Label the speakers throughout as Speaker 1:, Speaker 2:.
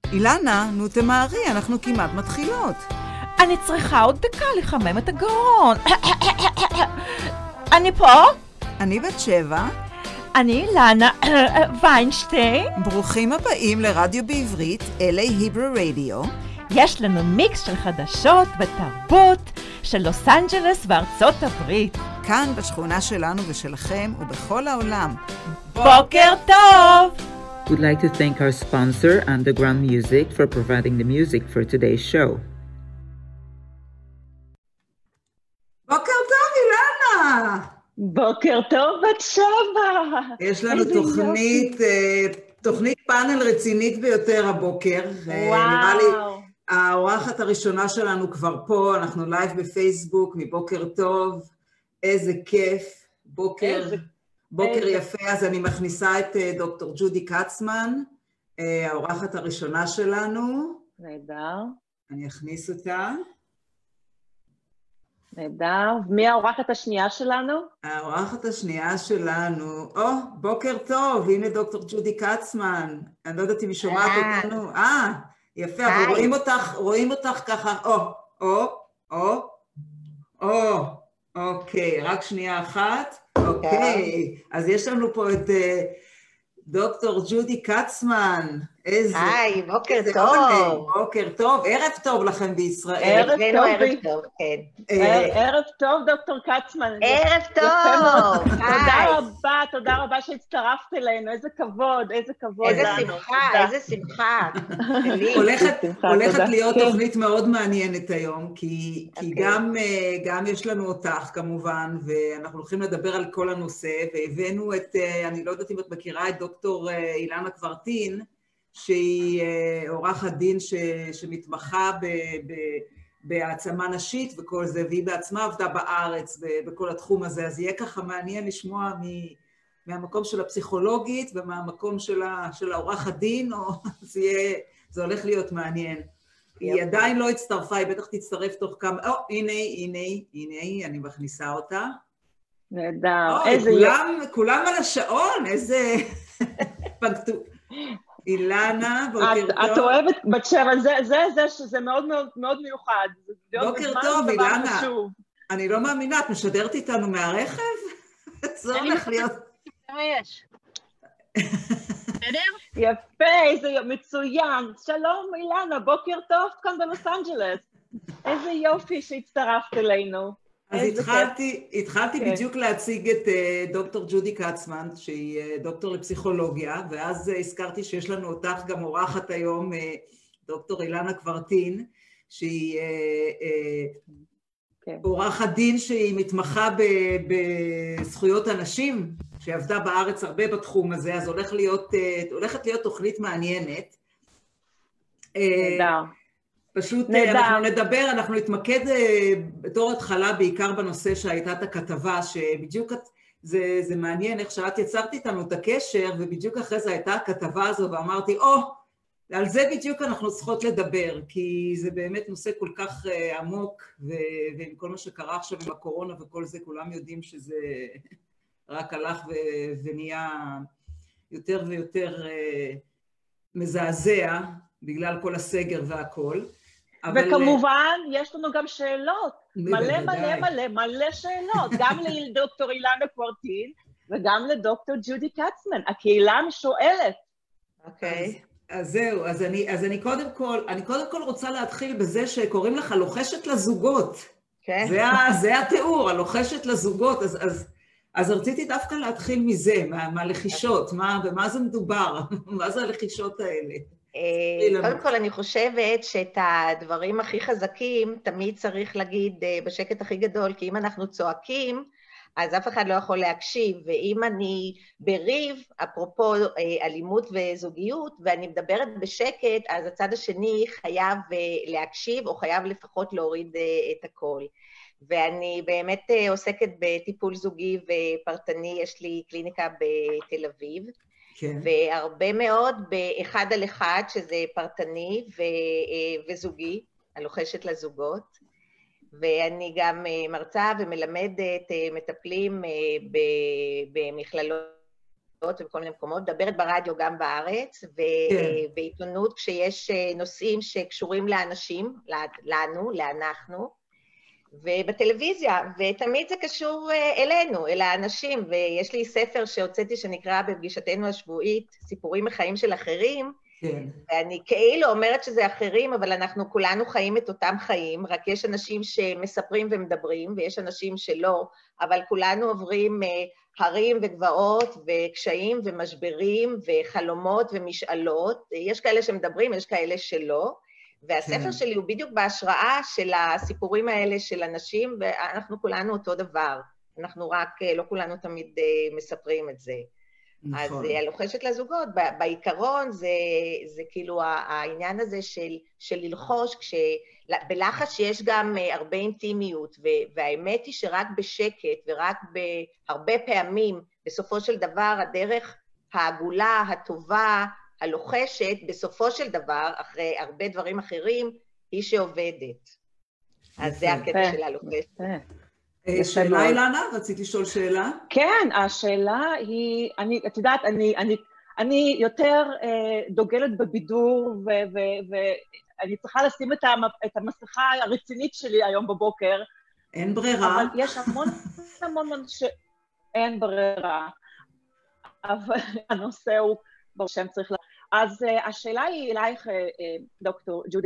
Speaker 1: אילנה, נו תמהרי, אנחנו כמעט מתחילות.
Speaker 2: אני צריכה עוד דקה לחמם את הגרון. אני פה?
Speaker 1: אני בת 7.
Speaker 2: אני אילנה ויינשטיין.
Speaker 1: ברוכים הבאים לרדיו בעברית, LA Hebrew Radio.
Speaker 2: יש לנו מיקס של חדשות ותרבות של לוס אנג'לס וארצות הברית.
Speaker 1: כאן בשכונה שלנו ושלכם ובכל העולם.
Speaker 2: בוקר טוב!
Speaker 3: We'd like to thank our sponsor, Underground Music, for providing the music for today's show.
Speaker 1: בוקר טוב, אילנה!
Speaker 2: בוקר טוב, בת 7!
Speaker 1: יש לנו תוכנית פאנל רצינית ביותר הבוקר. נראה לי, האורחת הראשונה שלנו כבר פה, אנחנו לייב בפייסבוק, מבוקר טוב, איזה כיף, בוקר יפה, אז אני מכניסה את דוקטור ג'ודי קצמן, האורחת הראשונה שלנו.
Speaker 4: נהדר.
Speaker 1: אני אכניס אותה.
Speaker 4: נהדר. מי האורחת השנייה שלנו?
Speaker 1: האורחת השנייה שלנו, בוקר טוב, הנה דוקטור ג'ודי קצמן. אני לא יודעת אם היא שומעת אותנו. יפה, אבל רואים אותך ככה, אוקיי, רק שנייה אחת. אוקיי, אז יש לנו פה את דוקטור ג'ודי קצמן.
Speaker 5: היי, בוקר טוב.
Speaker 1: בוקר טוב, ערב טוב לכם בישראל.
Speaker 5: ערב טוב, כן.
Speaker 4: ערב טוב, דוקטור קצמן.
Speaker 5: ערב טוב.
Speaker 4: תודה רבה שהצטרפת אלינו, איזה כבוד לנו.
Speaker 5: איזה שמחה.
Speaker 1: הולכת להיות תוכנית מאוד מעניינת היום, כי גם יש לנו אותך כמובן, ואנחנו הולכים לדבר על כל הנושא, והבאנו את, אני לא יודעת אם את מכירה את דוקטור אילנה קוורטין, שהיא עורכת דין שמתמחה בהעצמה נשית וכל זה, והיא בעצמה עבדה בארץ בכל התחום הזה, אז יהיה ככה מעניין לשמוע מהמקום של הפסיכולוגית ומהמקום של העורכת דין, זה הולך להיות מעניין. היא עדיין לא הצטרפה, היא בטח תצטרף תוך כמה, הנה, אני מכניסה אותה.
Speaker 4: נהדר.
Speaker 1: כולם על השעון, איזה פנקטו. אילנה, בוקר טוב.
Speaker 4: את אוהבת, בת 7, זה מאוד מאוד מיוחד.
Speaker 1: בוקר טוב, אילנה. אני לא מאמינה, את משדרת איתנו מהרכב? זה הולך להיות.
Speaker 5: יש.
Speaker 4: יפה, זה מצוין. שלום, אילנה, בוקר טוב כאן בלוס אנג'לס. איזה יופי שהצטרפת אלינו.
Speaker 1: אז התחלתי בדיוק להציג את דוקטור ג'ודי קצמן, שהיא דוקטור לפסיכולוגיה, ואז הזכרתי שיש לנו אותך גם אורחת היום, דוקטור אילנה קוורטין, שהיא עורכת דין שהיא מתמחה בזכויות אנשים, שעבדה בארץ הרבה בתחום הזה, אז הולכת להיות תוכנית מעניינת.
Speaker 4: נהדר.
Speaker 1: פשוט אנחנו נתמקד בתור התחלה בעיקר בנושא שהייתה את הכתבה, שבדיוק זה מעניין איך שאת יצרת איתנו את הקשר, ובדיוק אחרי זה הייתה הכתבה הזו, ואמרתי, על זה בדיוק אנחנו צריכות לדבר, כי זה באמת נושא כל כך עמוק, ועם כל מה שקרה עכשיו עם הקורונה וכל זה, כולם יודעים שזה רק הלך ונהיה יותר ויותר מזעזע, בגלל כל הסגר והכל.
Speaker 4: וכמובן, יש לנו גם שאלות, מלא שאלות, גם לדוקטור אילנה קוורטין, וגם לדוקטור ג'ודי קצמן, הקהילה משואלת.
Speaker 5: אוקיי.
Speaker 1: אז זהו, אז אני קודם כל רוצה להתחיל בזה שקוראים לך לוחשת לזוגות.
Speaker 5: כן.
Speaker 1: זה התיאור, הלוחשת לזוגות, אז רציתי דווקא להתחיל מזה, מהלחישות, במה זה מדובר, מה זה הלחישות האלה?
Speaker 5: קודם כל אני חושבת שאת הדברים הכי חזקים תמיד צריך להגיד בשקט הכי גדול, כי אם אנחנו צועקים, אז אף אחד לא יכול להקשיב, ואם אני בריב, אפרופו אלימות וזוגיות, ואני מדברת בשקט, אז הצד השני חייב להקשיב, או חייב לפחות להוריד את הכל. ואני באמת עוסקת בטיפול זוגי ופרטני, יש לי קליניקה בתל אביב, כן. והרבה מאוד באחד על אחד, שזה פרטני וזוגי, הלוחשת לזוגות, ואני גם מרצה ומלמדת מטפלים במכללות ובכל מיני מקומות, מדברת ברדיו גם בארץ, ובעיתונות כשיש נושאים שקשורים לאנשים, לנו, לאנחנו, ובטלוויזיה, ותמיד זה קשור אלינו, אל האנשים, ויש לי ספר שהוצאתי שנקרא בפגישתנו השבועית, סיפורים מחיים של אחרים, ואני כאילו אומרת שזה אחרים, אבל אנחנו כולנו חיים את אותם חיים, רק יש אנשים שמספרים ומדברים, ויש אנשים שלא, אבל כולנו עוברים הרים וגבעות, וקשיים ומשברים, וחלומות ומשאלות, יש כאלה שמדברים, יש כאלה שלא, והספר שלי הוא בדיוק בהשראה של הסיפורים האלה של אנשים, ואנחנו כולנו אותו דבר, אנחנו רק, לא כולנו תמיד מספרים את זה. אז הלוחשת לזוגות, בעיקרון זה כאילו העניין הזה של ללחוש, בלחש יש גם הרבה אינטימיות, והאמת היא שרק בשקט ורק בהרבה פעמים, בסופו של דבר הדרך העגולה, הטובה, הלוחשת, בסופו של דבר, אחרי הרבה דברים אחרים, היא שעובדת. אז זה הקטע של הלוחשת.
Speaker 1: שאלה אילנה? רציתי לשאול שאלה?
Speaker 4: כן, השאלה היא, את יודעת, אני יותר דוגלת בבידור, ואני צריכה לשים את המסכה הרצינית שלי היום בבוקר.
Speaker 1: אין ברירה.
Speaker 4: אבל יש המון אין ברירה. אבל הנושא הוא, ברור שהם צריך אז השאלה היא אלייך, דוקטור ג'ודי,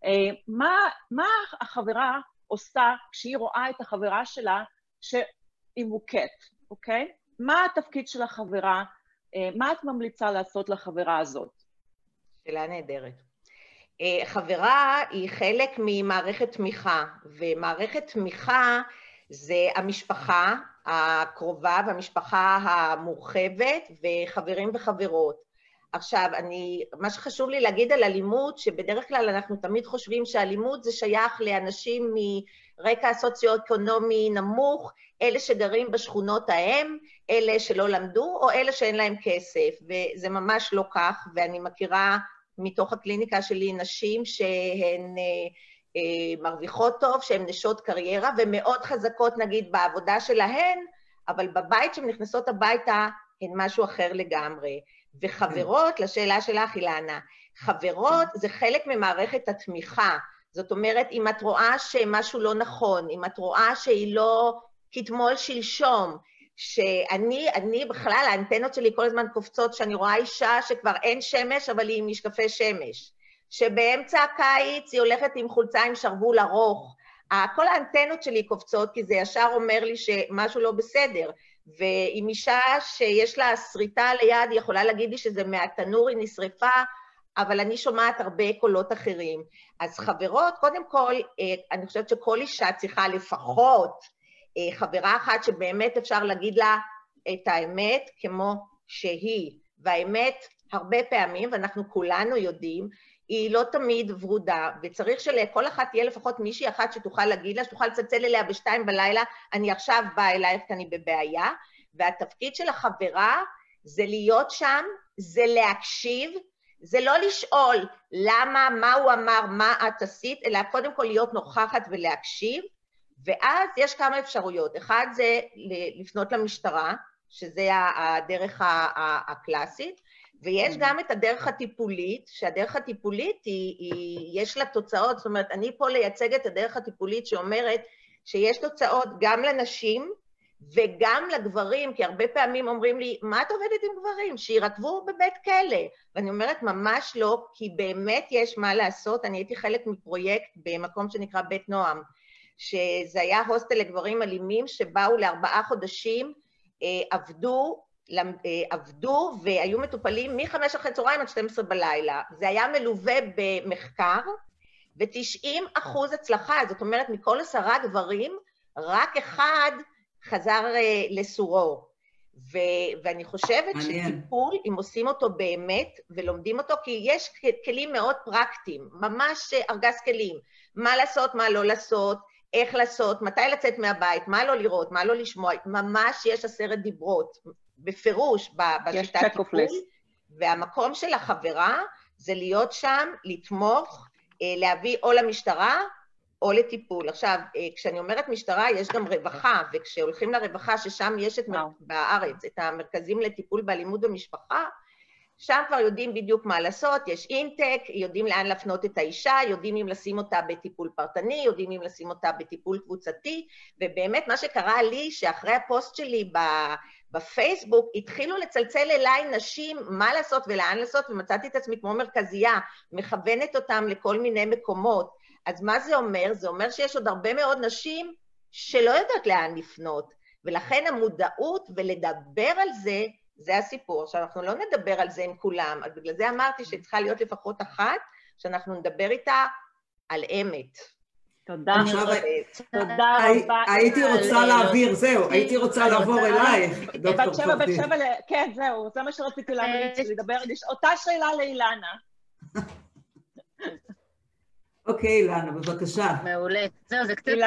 Speaker 4: מה החברה עושה כשהיא רואה את החברה שלה שהיא מוכת, אוקיי? מה התפקיד של החברה? מה את ממליצה לעשות לחברה הזאת?
Speaker 5: שאלה נהדרת. חברה היא חלק ממערכת תמיכה, ומערכת תמיכה זה המשפחה הקרובה והמשפחה המורחבת וחברים וחברות. עכשיו, מה שחשוב לי להגיד על אלימות, שבדרך כלל אנחנו תמיד חושבים שאלימות זה שייך לאנשים מרקע סוציו-אקונומי נמוך, אלה שגרים בשכונות ההם, אלה שלא למדו, או אלה שאין להם כסף, וזה ממש לא כך, ואני מכירה מתוך הקליניקה שלי נשים שהן מרוויחות טוב, שהן נשות קריירה, ומאוד חזקות נגיד בעבודה שלהן, אבל בבית שהן נכנסות הביתה הן משהו אחר לגמרי. וחברות, לשאלה שלך אילנה, חברות זה חלק ממערכת התמיכה, זאת אומרת, אם את רואה שמשהו לא נכון, אם את רואה שהיא לא כתמול שלשום, שאני בכלל, האנטנות שלי כל הזמן קופצות, שאני רואה אישה שכבר אין שמש, אבל היא עם משקפי שמש, שבאמצע הקיץ היא הולכת עם חולצה עם שרוול ארוך, כל האנטנות שלי קופצות, כי זה ישר אומר לי שמשהו לא בסדר, ועם אישה שיש לה שריטה ליד, היא יכולה להגיד לי שזה מהתנור, היא נשרפה, אבל אני שומעת הרבה קולות אחרים. אז חברות, קודם כל, אני חושבת שכל אישה צריכה לפחות חברה אחת שבאמת אפשר להגיד לה את האמת כמו שהיא, והאמת הרבה פעמים, ואנחנו כולנו יודעים, היא לא תמיד ורודה, וצריך שלכל אחת תהיה לפחות מישהי אחת שתוכל להגיד לה, שתוכל לצלצל אליה ב2 בלילה, אני עכשיו באה אלייך כי אני בבעיה, והתפקיד של החברה זה להיות שם, זה להקשיב, זה לא לשאול למה, מה הוא אמר, מה את עשית, אלא קודם כל להיות נוכחת ולהקשיב, ואז יש כמה אפשרויות. אחד זה לפנות למשטרה, שזה הדרך הקלאסית, ויש גם את הדרך הטיפולית, שהדרך הטיפולית יש לה תוצאות, זאת אומרת, אני פה לייצג את הדרך הטיפולית שאומרת שיש תוצאות גם לנשים וגם לגברים, כי הרבה פעמים אומרים לי, מה את עובדת עם גברים? שירקבו בבית כלא. ואני אומרת, ממש לא, כי באמת יש מה לעשות. אני הייתי חלק מפרויקט במקום שנקרא בית נועם, שזה היה הוסטל לגברים אלימים שבאו ל4 חודשים, עבדו והיו מטופלים מ5:00 עד 12 בלילה. זה היה מלווה במחקר, ו90% הצלחה, זאת אומרת, מכל 10 גברים, רק אחד חזר לסורו. ואני חושבת שטיפול, אם עושים אותו באמת ולומדים אותו, כי יש כלים מאוד פרקטיים, ממש ארגז כלים, מה לעשות, מה לא לעשות, איך לעשות, מתי לצאת מהבית, מה לא לראות, מה לא לשמוע, ממש יש 10 דיברות, בפירוש בשיטת טיפול, והמקום של החברה זה להיות שם, לתמוך, להביא או למשטרה, או לטיפול. עכשיו, כשאני אומרת משטרה, יש גם רווחה, וכשהולכים לרווחה, ששם יש בארץ את המרכזים לטיפול באלימות במשפחה, שם כבר יודעים בדיוק מה לעשות, יש אינטק, יודעים לאן להפנות את האישה, יודעים אם לשים אותה בטיפול פרטני, יודעים אם לשים אותה בטיפול קבוצתי, ובאמת מה שקרה לי, שאחרי הפוסט שלי בפייסבוק, התחילו לצלצל אליי נשים מה לעשות ולאן לעשות, ומצאתי את עצמי כמו מרכזייה, מכוונת אותם לכל מיני מקומות. אז מה זה אומר? זה אומר שיש עוד הרבה מאוד נשים שלא יודעות לאן לפנות, ולכן המודעות ולדבר על זה, זה הסיפור. עכשיו, אנחנו לא נדבר על זה עם כולם, אז בגלל זה אמרתי שצריכה להיות לפחות אחת, שאנחנו נדבר איתה על אמת.
Speaker 4: תודה רבה.
Speaker 1: הייתי רוצה להעביר, זהו, הייתי רוצה לעבור אלייך, דוקטור פורטי.
Speaker 4: כן, זהו, זה מה שרציתי לדבר, אותה שאלה לאילנה.
Speaker 2: אוקיי, אילנה, בבקשה.
Speaker 6: מעולה. זהו, זה קצת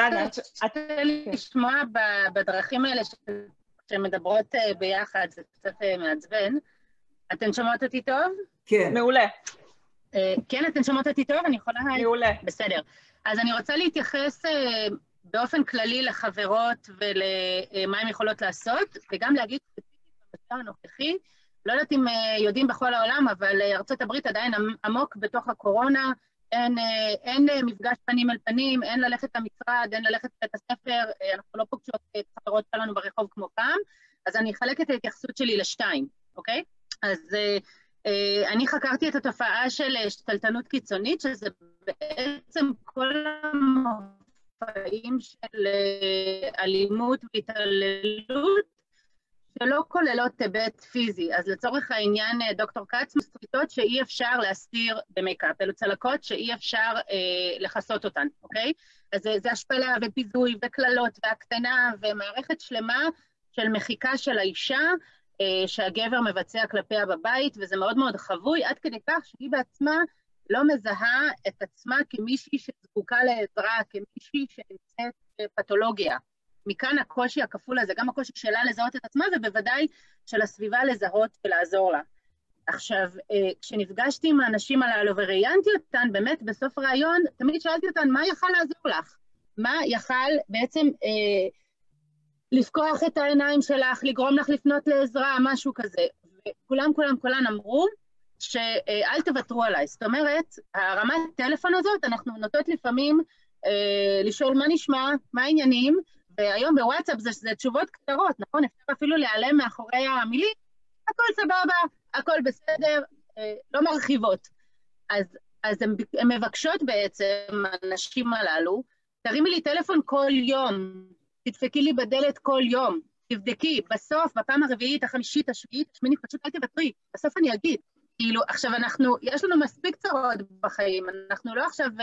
Speaker 6: לשמוע בדרכים האלה שמדברות ביחד, זה קצת מעצבן. אתן שומעות אותי טוב?
Speaker 1: כן.
Speaker 4: מעולה.
Speaker 6: כן, אתן שומעות אותי טוב? אני יכולה...
Speaker 4: מעולה.
Speaker 6: בסדר. אז אני רוצה להתייחס באופן כללי לחברות ולמה הן יכולות לעשות, וגם להגיד במצב הנוכחי, לא יודעת אם יודעים בכל העולם, אבל ארצות הברית עדיין עמוק בתוך הקורונה, אין מפגש פנים אל פנים, אין ללכת למשרד, אין ללכת לבית הספר, אנחנו לא פוגשות את חברות שלנו ברחוב כמו פעם, אז אני אחלק את ההתייחסות שלי לשתיים, אוקיי? אז אני חקרתי את התופעה של שתלטנות קיצונית, שזה בעצם כל המופעים של אלימות והתעללות, שלא כוללות היבט פיזי. אז לצורך העניין, דוקטור קץ, מסריטות שאי אפשר להסתיר במייקאפ, אלו צלקות שאי אפשר לחסות אותן, אוקיי? אז זה השפלה ופיזוי וכללות והקטנה ומערכת שלמה של מחיקה של האישה, שהגבר מבצע כלפיה בבית, וזה מאוד מאוד חבוי, עד כדי כך שהיא בעצמה לא מזהה את עצמה כמישהי שזקוקה לעזרה, כמישהי שנמצאת בפתולוגיה. מכאן הקושי הכפול הזה, גם הקושי שלה לזהות את עצמה, ובוודאי של הסביבה לזהות ולעזור לה. עכשיו, כשנפגשתי עם האנשים הללו וראיינתי אותן, באמת בסוף הרעיון, תמיד שאלתי אותן, מה יכל לעזור לך? מה יכל בעצם לפקוח את העיניים שלך, לגרום לך לפנות לעזרה, משהו כזה. וכולם אמרו שאל תוותרו עליי. זאת אומרת, הרמת טלפון הזאת, אנחנו נוטות לפעמים לשאול מה נשמע, מה העניינים, והיום בוואטסאפ זה תשובות קצרות, נכון? אפשר אפילו להיעלם מאחורי המילים, הכל סבבה, הכל בסדר, לא מרחיבות. אז הן מבקשות בעצם, הנשים הללו, תרימי לי טלפון כל יום, תדפקי לי בדלת כל יום, תבדקי, בסוף, בפעם הרביעית, החמישית, השביעית, השמינית, פשוט אל תוותרי, בסוף אני אגיד. כאילו, עכשיו יש לנו מספיק צרות בחיים, אנחנו לא עכשיו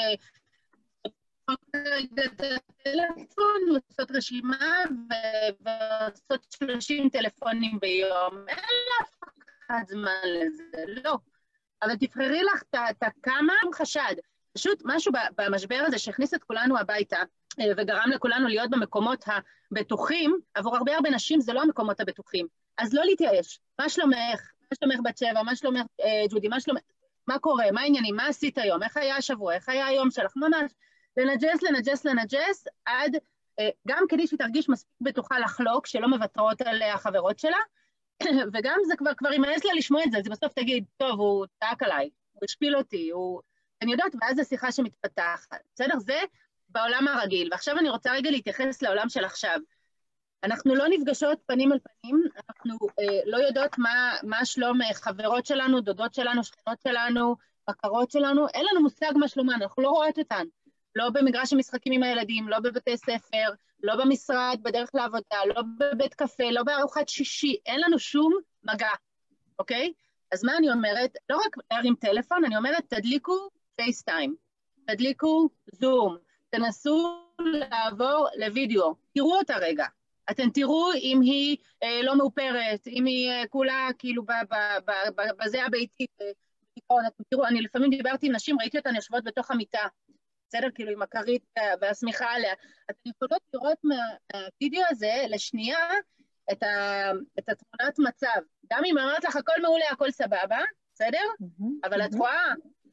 Speaker 6: טלפון, עושות רשימה ועושות 30 טלפונים ביום. אין לך אחד זמן לזה, לא. אבל תבחרי לך את כמה חשד. פשוט משהו במשבר הזה שהכניס את כולנו הביתה, וגרם לכולנו להיות במקומות הבטוחים, עבור הרבה נשים זה לא המקומות הבטוחים. אז לא להתייאש. מה שלומך? מה שלומך בת שבע? מה שלומך ג'ודי? מה קורה? מה העניינים? מה עשית היום? איך היה השבוע? איך היה היום שלך? ממש. לנג'ס, עד גם כדי שתרגיש מספיק בטוחה לחלוק, שלא מוותרות על החברות שלה, וגם זה כבר ימאס לה לשמוע את זה, זה בסוף תגיד, טוב, הוא תעק עליי, הוא השפיל אותי, אני יודעת, ואז זו שיחה שמתפתחת. בסדר? זה בעולם הרגיל. ועכשיו אני רוצה רגע להתייחס לעולם של עכשיו. אנחנו לא נפגשות פנים אל פנים, אנחנו לא יודעות מה שלום חברות שלנו, דודות שלנו, שכנות שלנו, בקרות שלנו, אין לנו מושג מה שלומן, אנחנו לא רואות אותן. לא במגרש המשחקים עם הילדים, לא בבתי ספר, לא במשרד, בדרך לעבודה, לא בבית קפה, לא בארוחת שישי, אין לנו שום מגע, אוקיי? אז מה אני אומרת? לא רק להרים טלפון, אני אומרת, תדליקו פייסטיים, תדליקו זום, תנסו לעבור לוידאו, תראו אותה רגע. אתם תראו אם היא לא מאופרת, אם היא כולה כאילו בזה הביתית, תראו, אני לפעמים דיברתי עם נשים, ראיתי אותן יושבות בתוך המיטה, בסדר? כאילו עם הכרית והסמיכה עליה. אתם יכולות לראות מהווידאו הזה לשנייה את התמונת מצב. גם אם אמרת לך הכל מעולה, הכל סבבה, בסדר? אבל את רואה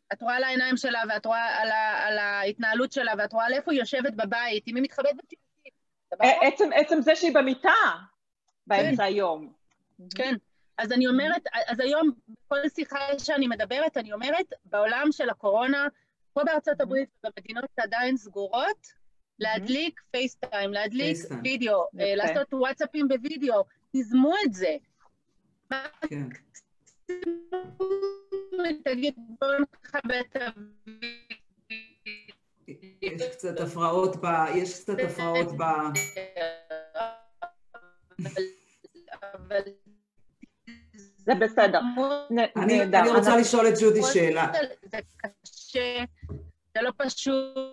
Speaker 6: את רואה על העיניים שלה, ואת רואה על ההתנהלות שלה, ואת רואה על איפה היא יושבת בבית, אם היא מתחבאת בשירותים.
Speaker 4: עצם זה שהיא במיטה באמצע היום.
Speaker 6: כן, אז אני אומרת, אז היום, בכל שיחה שאני מדברת, אני אומרת, בעולם של הקורונה, פה בארצות הברית, במדינות עדיין סגורות, להדליק פייסטיים, להדליק וידאו, לעשות וואטסאפים בווידאו, תזמו את זה.
Speaker 1: כן.
Speaker 6: תגיד, בואו נכבד את
Speaker 1: יש קצת הפרעות ב...
Speaker 4: זה בסדר.
Speaker 1: אני רוצה לשאול את ג'ודי שאלה.
Speaker 6: זה קשה, זה לא פשוט.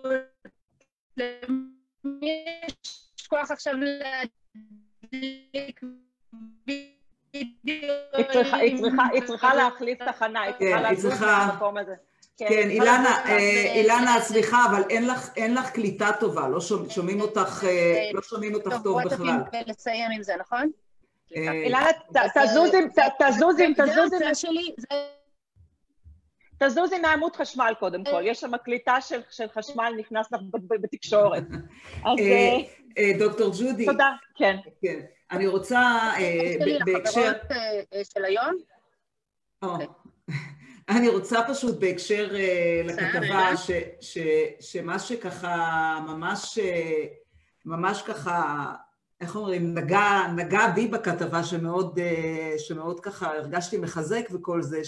Speaker 6: למי יש כוח עכשיו להדליק וידאו?
Speaker 4: היא צריכה להחליף תחנה, היא צריכה להחליף את המקום הזה.
Speaker 1: כן, אילנה, סליחה, אבל אין לך קליטה טובה, לא שומעים אותך טוב בכלל.
Speaker 6: לסיים עם זה, נכון?
Speaker 4: אילנה, תזוזי מעמוד חשמל קודם כל, יש שם קליטה של חשמל נכנס לך בתקשורת.
Speaker 1: דוקטור ג'ודי.
Speaker 4: תודה, כן.
Speaker 1: אני רוצה בהקשר...
Speaker 6: של היום?
Speaker 1: אני רוצה פשוט בהקשר לכתבה שמה שככה ממש ככה, איך אומרים, נגע בי בכתבה שמאוד ככה הרגשתי מחזק וכל זה,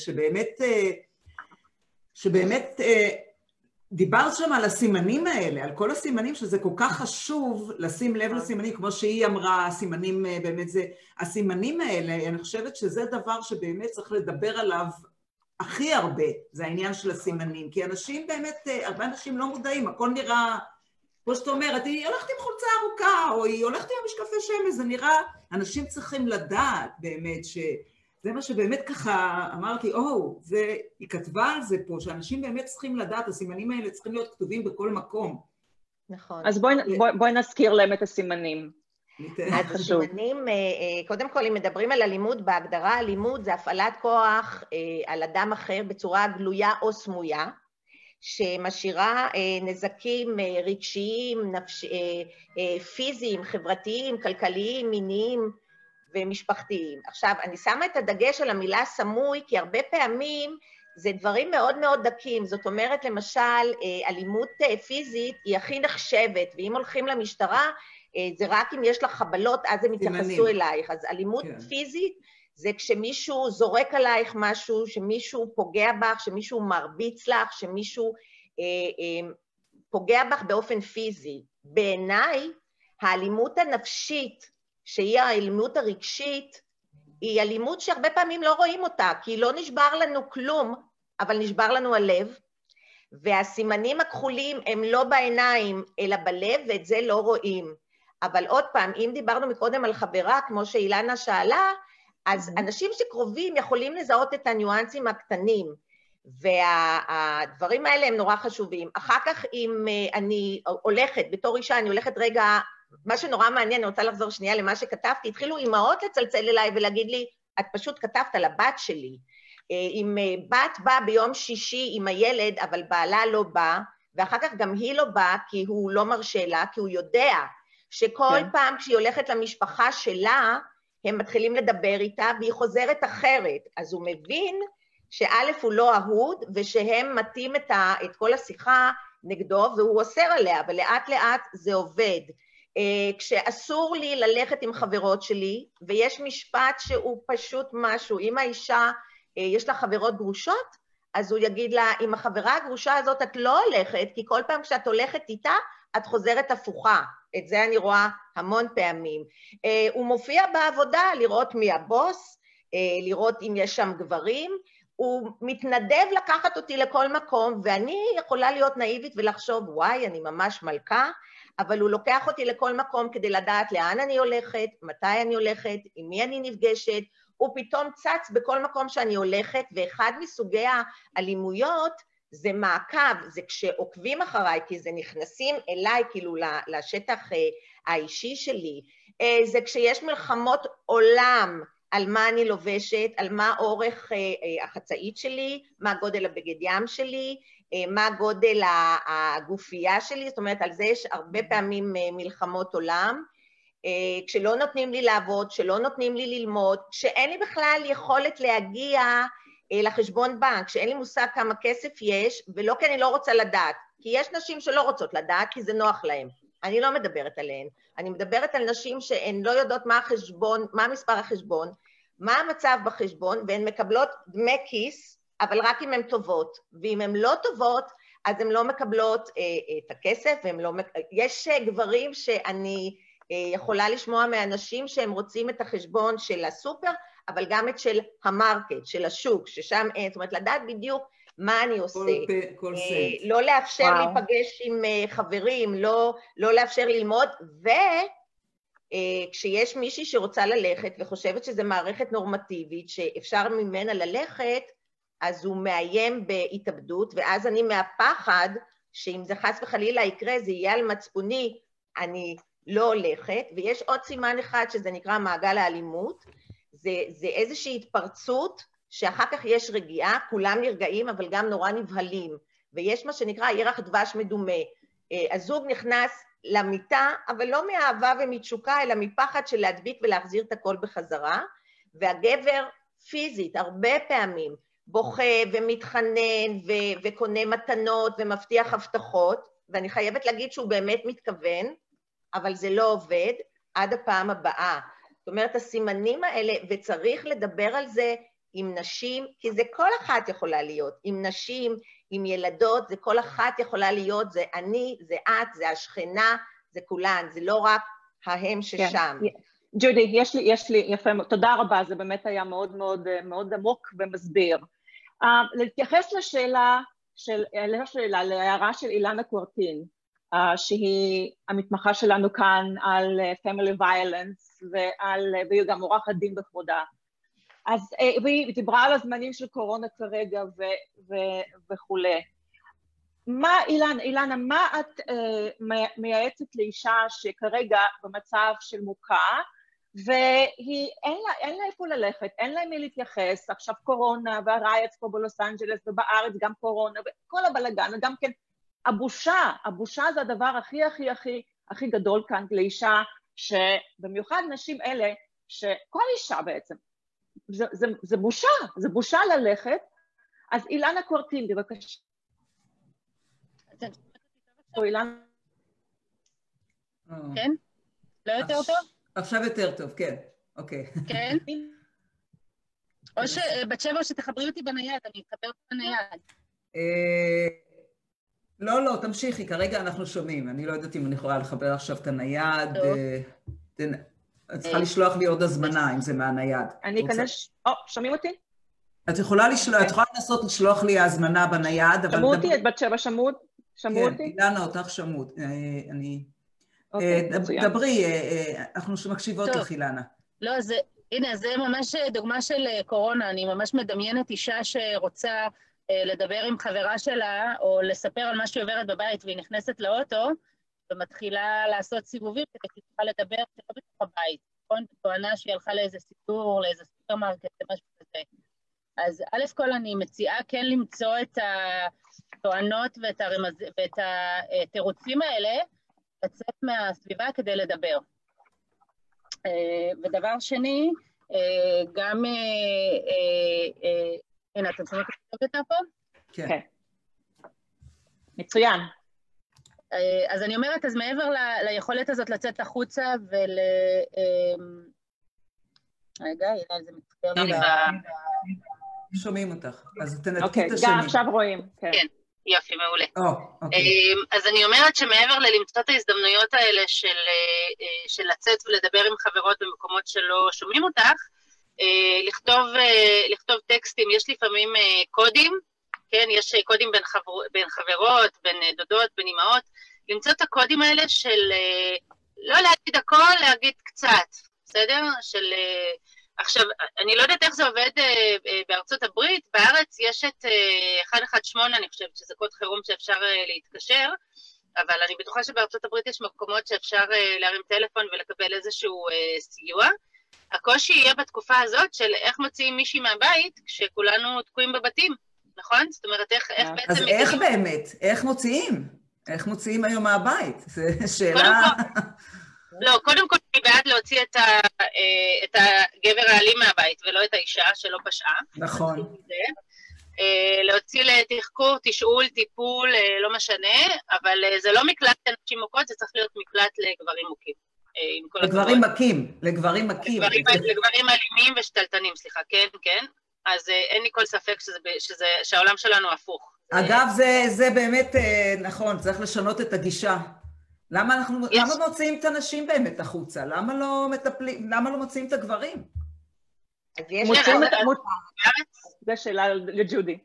Speaker 1: שבאמת דיברת שם על הסימנים האלה, על כל הסימנים שזה כל כך חשוב לשים לב לסימנים, כמו שהיא אמרה, הסימנים באמת זה, הסימנים האלה, אני חושבת שזה דבר שבאמת צריך לדבר עליו הכי הרבה, זה העניין של הסימנים, כי אנשים באמת, הרבה אנשים לא מודעים, הכל נראה, כמו שאתה אומרת, היא הולכת עם חולצה ארוכה, או היא הולכת עם משקפי שמש, זה נראה, אנשים צריכים לדעת באמת שזה מה שבאמת ככה אמרתי, היא כתבה על זה פה, שאנשים באמת צריכים לדעת, הסימנים האלה צריכים להיות כתובים בכל מקום.
Speaker 5: נכון.
Speaker 4: אז בואי נזכיר להם את הסימנים.
Speaker 5: אז הסימנים, קודם כל, אם מדברים על אלימות, בהגדרה אלימות זה הפעלת כוח על אדם אחר בצורה גלויה או סמויה, שמשאירה נזקים רגשיים, פיזיים, חברתיים, כלכליים, מיניים ומשפחתיים. עכשיו, אני שמה את הדגש על המילה סמוי, כי הרבה פעמים זה דברים מאוד מאוד דקים, זאת אומרת, למשל, אלימות פיזית היא הכי נחשבת, ואם הולכים למשטרה, זה רק אם יש לך חבלות, אז הם יתייחסו אלייך. אז אלימות פיזית זה כשמישהו זורק עלייך משהו, שמישהו פוגע בך, שמישהו מרביץ לך, שמישהו פוגע בך באופן פיזי. בעיניי, האלימות הנפשית, שהיא האלימות הרגשית, היא אלימות שהרבה פעמים לא רואים אותה, כי לא נשבר לנו כלום, אבל נשבר לנו הלב, והסימנים הכחולים הם לא בעיניים, אלא בלב, ואת זה לא רואים. אבל עוד פעם, אם דיברנו מקודם על חברה, כמו שאילנה שאלה, אז אנשים שקרובים יכולים לזהות את הניואנסים הקטנים, והדברים האלה הם נורא חשובים. אחר כך, אם אני הולכת, בתור אישה, אני הולכת רגע, מה שנורא מעניין, אני רוצה לחזור שנייה למה שכתבתי, התחילו אמהות לצלצל אליי ולהגיד לי, את פשוט כתבת על הבת שלי. אם בת באה ביום שישי עם הילד, אבל בעלה לא בא, ואחר כך גם היא לא באה, כי הוא לא מרשה לה, כי הוא יודע שכל פעם כשהיא הולכת למשפחה שלה, הם מתחילים לדבר איתה, והיא חוזרת אחרת. אז הוא מבין שא' הוא לא אהוד, ושהם מתאים את כל השיחה נגדו, והוא אוסר עליה, ולאט לאט זה עובד. כשאסור לי ללכת עם חברות שלי, ויש משפט שהוא פשוט משהו, אם האישה יש לה חברות גרושות, אז הוא יגיד לה, עם החברה הגרושה הזאת את לא הולכת, כי כל פעם כשאת הולכת איתה, את חוזרת הפוכה. את זה אני רואה המון פעמים. הוא מופיע בעבודה, לראות מי הבוס, לראות אם יש שם גברים, הוא מתנדב לקחת אותי לכל מקום, ואני יכולה להיות נאיבית ולחשוב, וואי, אני ממש מלכה, אבל הוא לוקח אותי לכל מקום כדי לדעת לאן אני הולכת, מתי אני הולכת, עם מי אני נפגשת, הוא פתאום צץ בכל מקום שאני הולכת, ואחד מסוגי האלימויות זה מעקב, זה כשעוקבים אחריי, כי זה נכנסים אליי כאילו לשטח האישי שלי, זה כשיש מלחמות עולם, על מה אני לובשת, על מה אורך החצאית שלי, מה גודל הבגד ים שלי, מה גודל הגופייה שלי, זאת אומרת, על זה יש הרבה פעמים מלחמות עולם, כשלא נותנים לי לעבוד, כשלא נותנים לי ללמוד, כשאין לי בכלל יכולת להגיע לחשבון בנק, שאין לי מושג כמה כסף יש, ולא כי אני לא רוצה לדעת, כי יש נשים שלא רוצות לדעת, כי זה נוח להן. אני לא מדברת עליהן, אני מדברת על נשים שהן לא יודעות מה החשבון, מה מספר החשבון, מה המצב בחשבון, והן מקבלות דמי כיס, אבל רק אם הן טובות, ואם הן לא טובות, אז הן לא מקבלות את הכסף, יש גברים שאני יכולה לשמוע מאנשים שהם רוצים את החשבון של הסופר, אבל גם את של המרקט, של השוק, ששם אין, זאת אומרת, לדעת בדיוק מה אני עושה.
Speaker 1: כל סנט.
Speaker 5: לא לאפשר להיפגש עם חברים, לא לאפשר ללמוד, וכשיש מישהי שרוצה ללכת וחושבת שזו מערכת נורמטיבית, שאפשר ממנה ללכת, אז הוא מאיים בהתאבדות, ואז אני מהפחד, שאם זה חס וחלילה יקרה, זה יהיה על מצפוני, אני לא הולכת, ויש עוד סימן אחד שזה נקרא מעגל האלימות, זה איזושהי התפרצות, שאחר כך יש רגיעה, כולם נרגעים, אבל גם נורא נבהלים, ויש מה שנקרא ירח דבש מדומה. הזוג נכנס למיטה, אבל לא מאהבה ומצ'וקה, אלא מפחד של להדביק ולהחזיר את הכל בחזרה, והגבר פיזית, הרבה פעמים, בוכה ומתחנן וקונה מתנות ומבטיח הבטחות, ואני חייבת להגיד שהוא באמת מתכוון, אבל זה לא עובד עד הפעם הבאה. זאת אומרת, הסימנים האלה, וצריך לדבר על זה עם נשים, כי זה כל אחת יכולה להיות, עם נשים, עם ילדות, זה כל אחת יכולה להיות, זה אני, זה את, זה השכנה, זה כולן, זה לא רק ההם ששם.
Speaker 4: ג'ודי, יש לי, יפה, תודה רבה, זה באמת היה מאוד מאוד מאוד עמוק ומסביר. להתייחס להערה של אילנה קורטין, שהיא המתמחה שלנו כאן על family violence, והיא גם עורכת דין בכבודה. אז והיא דיברה על הזמנים של קורונה כרגע וכולי. אילנה, מה את מייעצת לאישה שכרגע במצב של מוכה, ואין לה איפה ללכת, אין לה מי להתייחס, עכשיו קורונה והרייטס פה בלוס אנג'לס ובארץ גם קורונה וכל הבלגן, וגם כן הבושה זה הדבר הכי גדול כאן לאישה, שבמיוחד נשים אלה, שכל אישה בעצם, זה בושה ללכת. אז אילנה קורטין, בבקשה.
Speaker 6: כן? לא יותר טוב?
Speaker 1: עכשיו יותר טוב, כן. אוקיי.
Speaker 6: כן? או בת שבע שתחברי אותי בנייד, אני אתחבר בנייד.
Speaker 1: לא, תמשיכי, כרגע אנחנו שומעים. אני לא יודעת אם אני יכולה לחבר עכשיו את הנייד. את צריכה לשלוח לי עוד הזמנה, אם זה מהנייד.
Speaker 4: אני אכנס... שומעים אותי?
Speaker 1: את יכולה לנסות לשלוח לי ההזמנה בנייד, אבל...
Speaker 4: שמעו אותי? את בת שבע שמעו אותי?
Speaker 1: כן, אילנה, אותך שמעו. דברי, אנחנו מקשיבות לך, אילנה.
Speaker 6: לא, הנה, זה ממש דוגמה של קורונה. אני ממש מדמיינת אישה שרוצה לדבר עם חברה שלה, או לספר על מה שהיא עוברת בבית, והיא נכנסת לאוטו, ומתחילה לעשות סיבובים, כדי שהיא תוכל לדבר שלא בתוך הבית. נכון? בתואנה שהיא הלכה לאיזה סיפור, לאיזה סופרמרקט, משהו כזה. אז א' כל אני מציעה כן למצוא את התואנות ואת התירוצים האלה, לצאת מהסביבה כדי לדבר. ודבר שני, גם, הנה, אתם שומעים את זה פה?
Speaker 1: כן.
Speaker 4: מצוין.
Speaker 6: אז אני אומרת, אז מעבר ליכולת הזאת לצאת החוצה רגע, הנה, זה מתקרב לי.
Speaker 1: שומעים אותך, אז תנתקי את השני.
Speaker 4: גם עכשיו רואים.
Speaker 6: כן, יופי, מעולה.
Speaker 1: אוקיי.
Speaker 6: אז אני אומרת שמעבר ללמצוא את ההזדמנויות האלה של לצאת ולדבר עם חברות במקומות שלא שומעים אותך, לכתוב טקסטים, יש לפעמים קודים, כן, יש קודים בין חברות, בין דודות, בין אמהות, למצוא את הקודים האלה של לא להגיד הכל, להגיד קצת, בסדר? עכשיו, אני לא יודעת איך זה עובד בארצות הברית, בארץ יש את 118, אני חושבת שזה קוד חירום שאפשר להתקשר, אבל אני בטוחה שבארצות הברית יש מקומות שאפשר להרים טלפון ולקבל איזשהו סיוע,
Speaker 7: הקושי יהיה בתקופה הזאת של איך מוציאים מישהי מהבית כשכולנו תקועים בבתים, נכון? זאת אומרת, איך בעצם...
Speaker 1: אז איך באמת? איך מוציאים? איך מוציאים היום מהבית? זו שאלה...
Speaker 7: לא, קודם כל אני בעד להוציא את הגבר האלים מהבית, ולא את האישה שלא פשעה.
Speaker 1: נכון.
Speaker 7: להוציא לתחקור, תשאול, טיפול, לא משנה, אבל זה לא מקלט לנשים מוכות, זה צריך להיות מקלט לגברים מוכים.
Speaker 1: לגברים מכים, לגברים מכים.
Speaker 7: לגברים אלימים ושתלטנים, סליחה, כן, כן. אז אין לי כל ספק שהעולם שלנו הפוך.
Speaker 1: אגב, זה באמת נכון, צריך לשנות את הגישה. למה מוציאים את הנשים באמת החוצה? למה לא מוציאים את הגברים?
Speaker 4: זה שאלה לג'ודי.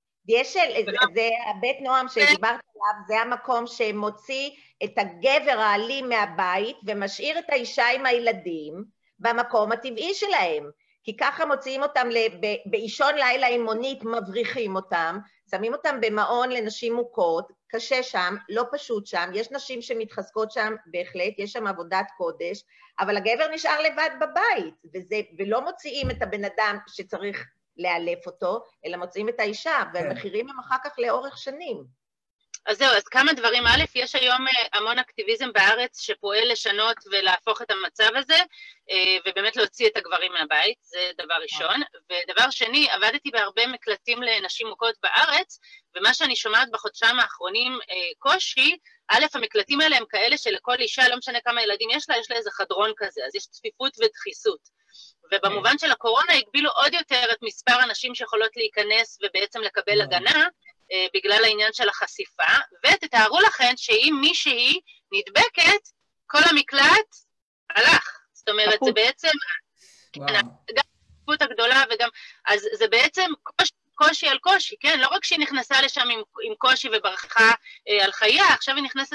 Speaker 5: זה הבית נועם שדיברת עליו, זה המקום שמוציא את הגבר האלים מהבית ומשאיר את האישה עם הילדים במקום הטבעי שלהם. כי ככה מוציאים אותם באישון לילה עם מונית, מבריחים אותם, שמים אותם במעון לנשים מוכות, קשה שם, לא פשוט שם, יש נשים שמתחזקות שם בהחלט, יש שם עבודת קודש, אבל הגבר נשאר לבד בבית, ולא מוציאים את הבן אדם שצריך לאלף אותו, אלא מוציאים את האישה, והמחירים הם אחר כך לאורך שנים.
Speaker 7: אז זהו, אז כמה דברים. א', יש היום המון אקטיביזם בארץ שפועל לשנות ולהפוך את המצב הזה, ובאמת להוציא את הגברים מהבית, זה דבר ראשון. ודבר שני, עבדתי בהרבה מקלטים לנשים מוכות בארץ, ומה שאני שומעת בחודשיים האחרונים קושי, א', המקלטים האלה הם כאלה שלכל אישה, לא משנה כמה ילדים יש לה איזה חדרון כזה, אז יש צפיפות ודחיסות. ובמובן של הקורונה הגבילו עוד יותר את מספר הנשים שיכולות להיכנס ובעצם לקבל הגנה, בגלל העניין של החשיפה, ותתארו לכם שאם מישהי נדבקת, כל המקלט הלך. זאת אומרת, זה בעצם, גם התקפות הגדולה וגם, אז זה בעצם קושי על קושי, כן? לא רק שהיא נכנסה לשם עם קושי וברכה על חייה, עכשיו היא נכנסת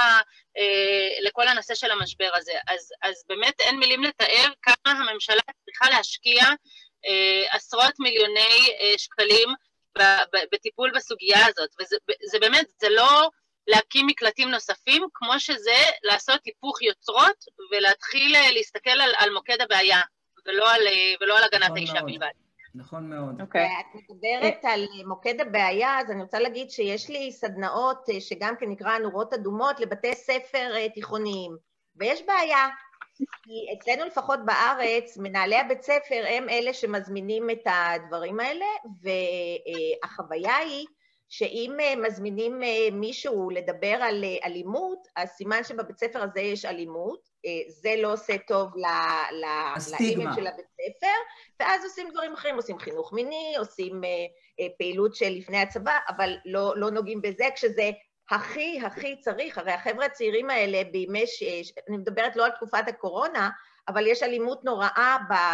Speaker 7: לכל הנושא של המשבר הזה. אז באמת אין מילים לתאר כמה הממשלה צריכה להשקיע עשרות מיליוני שקלים בטיפול בסוגיה הזאת, וזה באמת, זה לא להקים מקלטים נוספים, כמו שזה לעשות היפוך יוצרות, ולהתחיל להסתכל על מוקד הבעיה, ולא על הגנת האישה בלבד.
Speaker 1: נכון מאוד.
Speaker 5: את מדברת על מוקד הבעיה, אז אני רוצה להגיד שיש לי סדנאות שגם כן נקרא נורות אדומות לבתי ספר תיכוניים, ויש בעיה. כי אצלנו לפחות בארץ, מנהלי הבית ספר הם אלה שמזמינים את הדברים האלה, והחוויה היא שאם מזמינים מישהו לדבר על אלימות, אז סימן שבבית ספר הזה יש אלימות, זה לא עושה טוב לאימג' של הבית ספר, ואז עושים דברים אחרים, עושים חינוך מיני, עושים פעילות של לפני הצבא, אבל לא נוגעים בזה, כשזה הכי צריך, הרי החבר'ה הצעירים האלה בימי, אני מדברת לא על תקופת הקורונה, אבל יש אלימות נוראה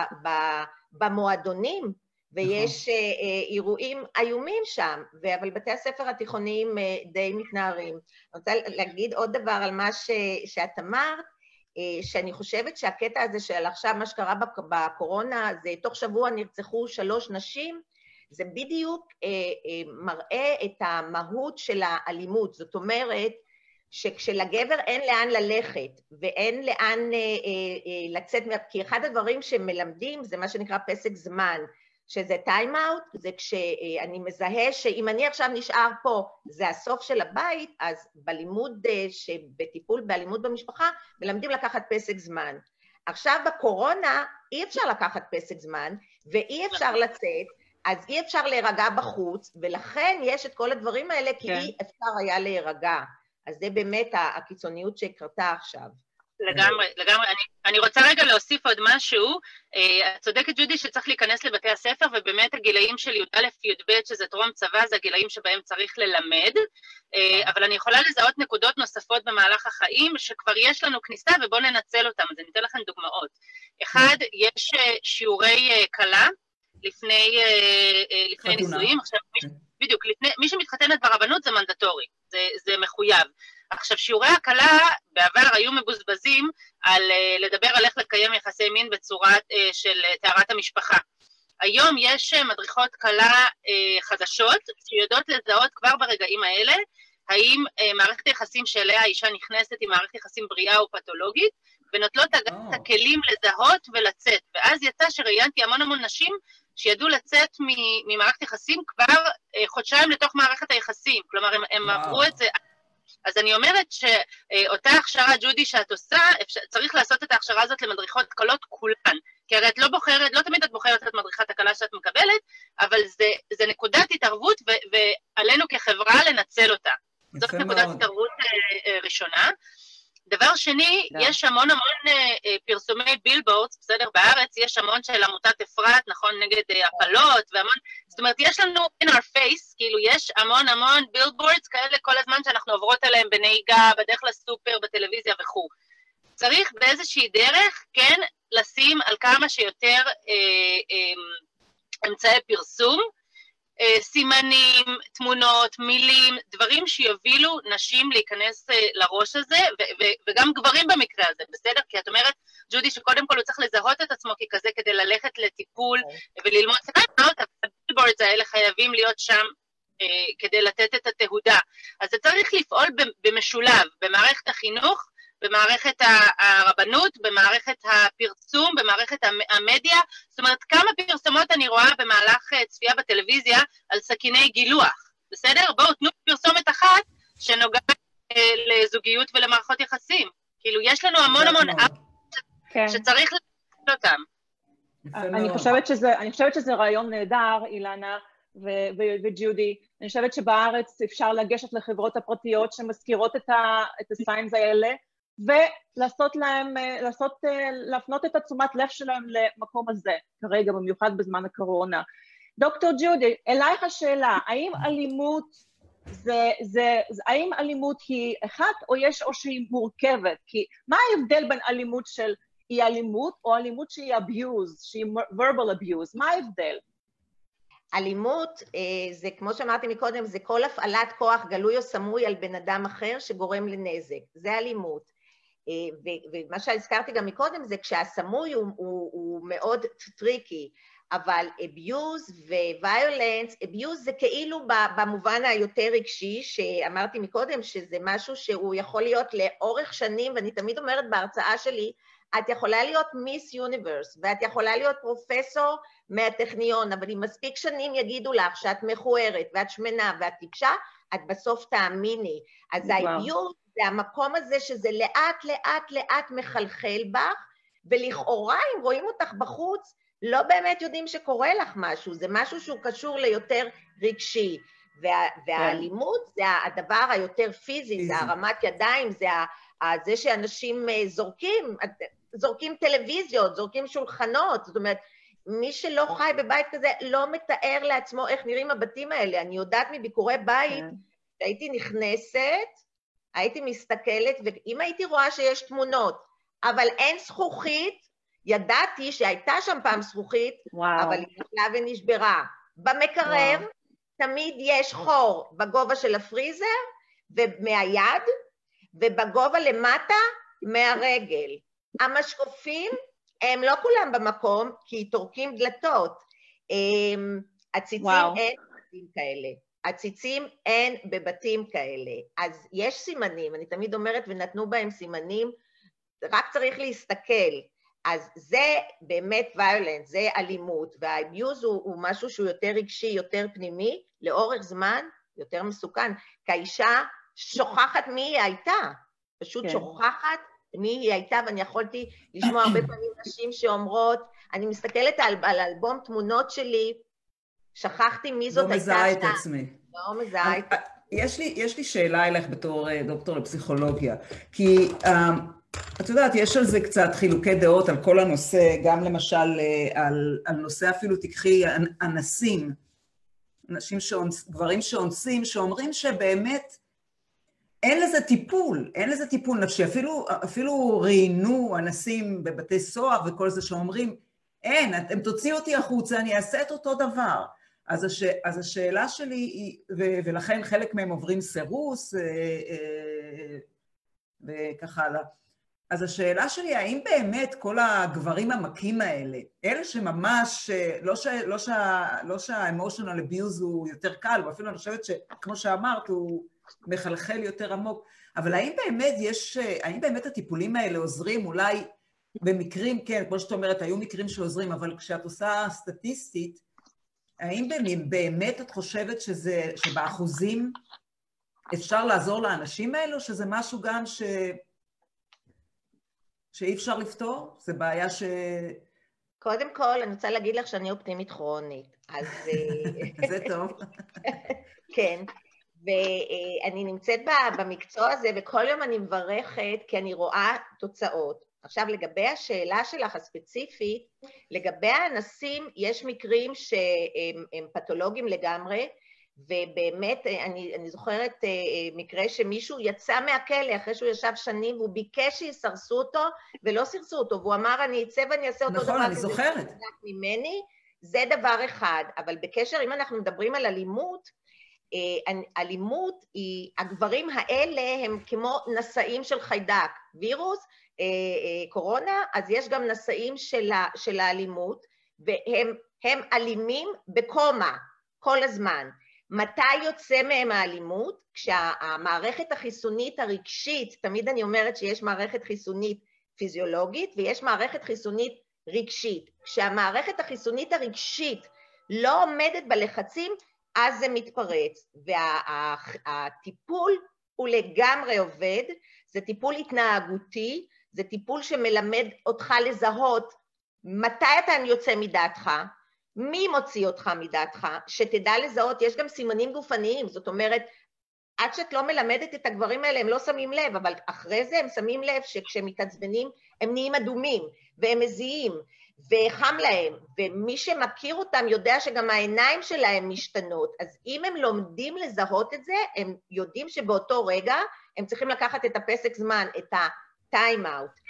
Speaker 5: במועדונים, ויש אירועים איומים שם, אבל בתי הספר התיכוניים די מתנערים. אני רוצה להגיד עוד דבר על מה שאת אמרת, שאני חושבת שהקטע הזה של עכשיו מה שקרה בקורונה, זה תוך שבוע נרצחו 3 נשים, זה בדיוק מראה את המהות של האלימות, זאת אומרת שכשלגבר אין לאן ללכת ואין לאן לצאת, כי אחד הדברים שמלמדים זה מה שנקרא פסק זמן, שזה טיים אאוט, זה כשאני מזהה שאם אני עכשיו נשאר פה זה הסוף של הבית, אז בלימוד בטיפול באלימות במשפחה מלמדים לקחת פסק זמן. עכשיו בקורונה אי אפשר לקחת פסק זמן ואי אפשר לצאת, אז אי אפשר להירגע בחוץ, ולכן יש את כל הדברים האלה, כי אי אפשר היה להירגע. אז זה באמת הקיצוניות שקרתה עכשיו.
Speaker 7: לגמרי. אני רוצה רגע להוסיף עוד משהו. את צודקת ג'ודי שצריך להיכנס לבתי הספר, ובאמת הגילאים של י"א, י"ב, שזה טרום צבא, זה הגילאים שבהם צריך ללמד, אבל אני יכולה לזהות נקודות נוספות במהלך החיים, שכבר יש לנו כניסה, ובואו ננצל אותם, אז אני אתן לכם דוגמאות. אחד, יש שיעורי קלה, לפני נישואים, עכשיו בדיוק, מי שמתחתנת ברבנות זה מנדטורי, זה מחויב. עכשיו שיעורי הקלה בעבר היו מבוזבזים על לדבר על איך לקיים יחסי מין בצורה של טהרת המשפחה. היום יש מדריכות קלה חדשות שיודעות לזהות כבר ברגעים האלה, האם מערכת היחסים שאליה האישה נכנסת היא מערכת יחסים בריאה או פתולוגית, ונוטלות את הכלים לזהות ולצאת. ואז יצא שראיינתי המון נשים שידעו לצאת ממערכת יחסים כבר חודשיים לתוך מערכת היחסים, כלומר הם עברו את זה. אז אני אומרת שאותה הכשרה, ג'ודי, שאת עושה, צריך לעשות את ההכשרה הזאת למדריכות קלות כולן, כי הרי את לא בוחרת, לא תמיד את בוחרת את מדריכת הקלה שאת מקבלת, אבל זה נקודת התערבות, ועלינו כחברה לנצל אותה. זאת נקודת התערבות ראשונה. דבר שני, יש המון פרסומי בילבורדס, בסדר, בארץ יש המון של עמותת אפרת, נכון, נגד הפלות, והמון, זאת אומרת, יש לנו in our face, כאילו יש המון בילבורדס כאלה כל הזמן שאנחנו עוברות עליהם בנהיגה, בדרך לסופר, בטלוויזיה וכו'. צריך באיזושהי דרך, כן, לשים על כמה שיותר אמצעי פרסום, סימנים, תמונות, מילים, דברים שיובילו נשים להיכנס לראש הזה, וגם גברים במקרה הזה, בסדר? כי את אומרת, ג'ודי, שקודם כל הוא צריך לזהות את עצמו ככזה כדי ללכת לטיפול וללמוד, הבילבורדס האלה חייבים להיות שם כדי לתת את התהודה. אז זה צריך לפעול במשולב, במערכת החינוך, במערכת הרבנות, במערכת הפרסום, במערכת המדיה, זאת אומרת, כמה פרסומות אני רואה במהלך צפייה בטלוויזיה על סכיני גילוח, בסדר? בואו, תנו פרסומת אחת שנוגעת לזוגיות ולמערכות יחסים. כאילו, יש לנו המון שצריך לתת אותם.
Speaker 4: אני חושבת שזה רעיון נהדר, אילנה וג'ודי. אני חושבת שבארץ אפשר לגשת לחברות הפרטיות שמזכירות את הסיינס האלה, ולעשות להם, להפנות את התשומת לב שלהם למקום הזה, כרגע, במיוחד בזמן הקורונה. דוקטור ג'ודי, אלייך השאלה, האם אלימות היא אחת או שהיא מורכבת? כי מה ההבדל בין אלימות של היא אלימות או אלימות שהיא abuse, שהיא verbal abuse? מה ההבדל?
Speaker 5: אלימות, זה כמו שאמרתי מקודם, זה כל הפעלת כוח גלוי או סמוי על בן אדם אחר שגורם לנזק, זה אלימות. ומה שהזכרתי גם מקודם זה כשהסמוי הוא מאוד טריקי, אבל abuse ו-violence, abuse זה כאילו במובן היותר רגשי, שאמרתי מקודם שזה משהו שהוא יכול להיות לאורך שנים, ואני תמיד אומרת בהרצאה שלי, את יכולה להיות מיס יוניברס, ואת יכולה להיות פרופסור מהטכניון, אבל אם מספיק שנים יגידו לך שאת מכוערת, ואת שמנה, ואת טיפשה, את בסוף תאמיני. אז האביוז זה המקום הזה שזה לאט מחלחל בך, ולכאורה אם רואים אותך בחוץ, לא באמת יודעים שקורה לך משהו, זה משהו שהוא קשור ליותר רגשי, והאלימות זה הדבר היותר פיזי, זה הרמת ידיים, זה שאנשים זורקים טלוויזיות, זורקים שולחנות, זאת אומרת, מי שלא חי בבית כזה לא מתאר לעצמו איך נראים הבתים האלה. אני יודעת מביקורי בית, שהייתי נכנסת, הייתי מסתכלת, ואם הייתי רואה שיש תמונות, אבל אין זכוכית, ידעתי שהייתה שם פעם זכוכית, אבל היא נפלה ונשברה. במקרר, תמיד יש חור בגובה של הפריזר, ומהיד, ובגובה למטה, מהרגל. המשקופים, הם לא כולם במקום, כי תורקים דלתות. הציצים אין בבתים כאלה. הציצים אין בבתים כאלה. אז יש סימנים, אני תמיד אומרת, ונתנו בהם סימנים, רק צריך להסתכל. אז זה באמת violence, זה אלימות, והאביוז הוא משהו שהוא יותר רגשי, יותר פנימי, לאורך זמן, יותר מסוכן, כי האישה שוכחת מי היא הייתה, פשוט שוכחת מי היא הייתה, ואני יכולתי לשמוע הרבה פעמים נשים שאומרות, אני מסתכלת על אלבום תמונות שלי, שכחתי מי זאת הייתה.
Speaker 1: לא מזהה את עצמי.
Speaker 5: לא מזהה את עצמי.
Speaker 1: יש לי שאלה אליך בתור דוקטור לפסיכולוגיה, כי את יודעת, יש על זה קצת חילוקי דעות על כל הנושא, גם למשל על נושא אפילו תקחי אנסים, גברים שאונסים, שאומרים שבאמת אין לזה טיפול נפשי, אפילו ראיינו אנסים בבתי סוהר וכל זה שאומרים, אין, אתם תוציאו אותי החוצה, אני אעשה את אותו דבר. אז השאלה שלי היא, ולכן חלק מהם עוברים סירוס וכך הלאה, אז השאלה שלי, האם באמת כל הגברים המכים האלה, אלה שממש, לא שה-emotional abuse הוא יותר קל, ואפילו אני חושבת שכמו שאמרת, מחלחל יותר עמוק. אבל האם באמת הטיפולים האלה עוזרים? אולי במקרים, כן, כמו שאת אומרת, היו מקרים שעוזרים, אבל כשאת עושה סטטיסטית, האם באמת את חושבת שבאחוזים אפשר לעזור לאנשים האלו, שזה משהו גם שאי אפשר לפתור? זה בעיה
Speaker 5: קודם כל, אני רוצה להגיד לך שאני אופטימית כרונית, אז...
Speaker 1: זה טוב.
Speaker 5: כן, ואני נמצאת במקצוע הזה, וכל יום אני מברכת, כי אני רואה תוצאות. עכשיו, לגבי השאלה שלך הספציפית, לגבי האנסים, יש מקרים שהם פתולוגיים לגמרי, ובאמת, אני זוכרת מקרה שמישהו יצא מהכלא אחרי שהוא ישב שנים, והוא ביקש שיסרסו אותו, ולא סרסו אותו, והוא אמר, אני אצא ואני אעשה אותו דבר.
Speaker 1: נכון, אני זוכרת.
Speaker 5: ממני, זה דבר אחד, אבל בקשר, אם אנחנו מדברים על אלימות, אלימות היא, הגברים האלה הם כמו נשאים של חיידק, וירוס, קורונה, אז יש גם נשאים של האלימות, והם אלימים בקומה כל הזמן. מתי יוצא מהם האלימות? כשהמערכת החיסונית הרגשית, תמיד אני אומרת שיש מערכת חיסונית פיזיולוגית ויש מערכת חיסונית רגשית. כשהמערכת החיסונית הרגשית לא עומדת בלחצים, אז זה מתפרץ. והטיפול הוא לגמרי עובד, זה טיפול התנהגותי, זה טיפול שמלמד אותך לזהות מתי אתה יוצא מדעתך, מי מוציא אותך מדעתך, שתדע לזהות, יש גם סימנים גופניים, זאת אומרת, עד שאת לא מלמדת את הגברים האלה, הם לא שמים לב, אבל אחרי זה הם שמים לב שכשהם מתעצבנים, הם נהיים אדומים, והם מזיעים, וחם להם, ומי שמכיר אותם יודע שגם העיניים שלהם משתנות, אז אם הם לומדים לזהות את זה, הם יודעים שבאותו רגע, הם צריכים לקחת את הפסק זמן, את ה-time out,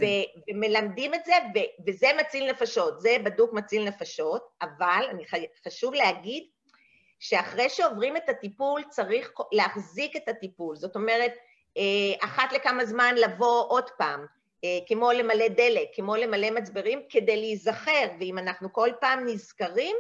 Speaker 5: ומלמדים את זה, וזה מציל נפשות, זה בדוק מציל נפשות, אבל חשוב להגיד שאחרי שעוברים את הטיפול, צריך להחזיק את הטיפול, זאת אומרת, אחת לכמה זמן לבוא עוד פעם, כמו למלא דלק, כמו למלא מצברים, כדי להיזכר, ואם אנחנו כל פעם נזכרים,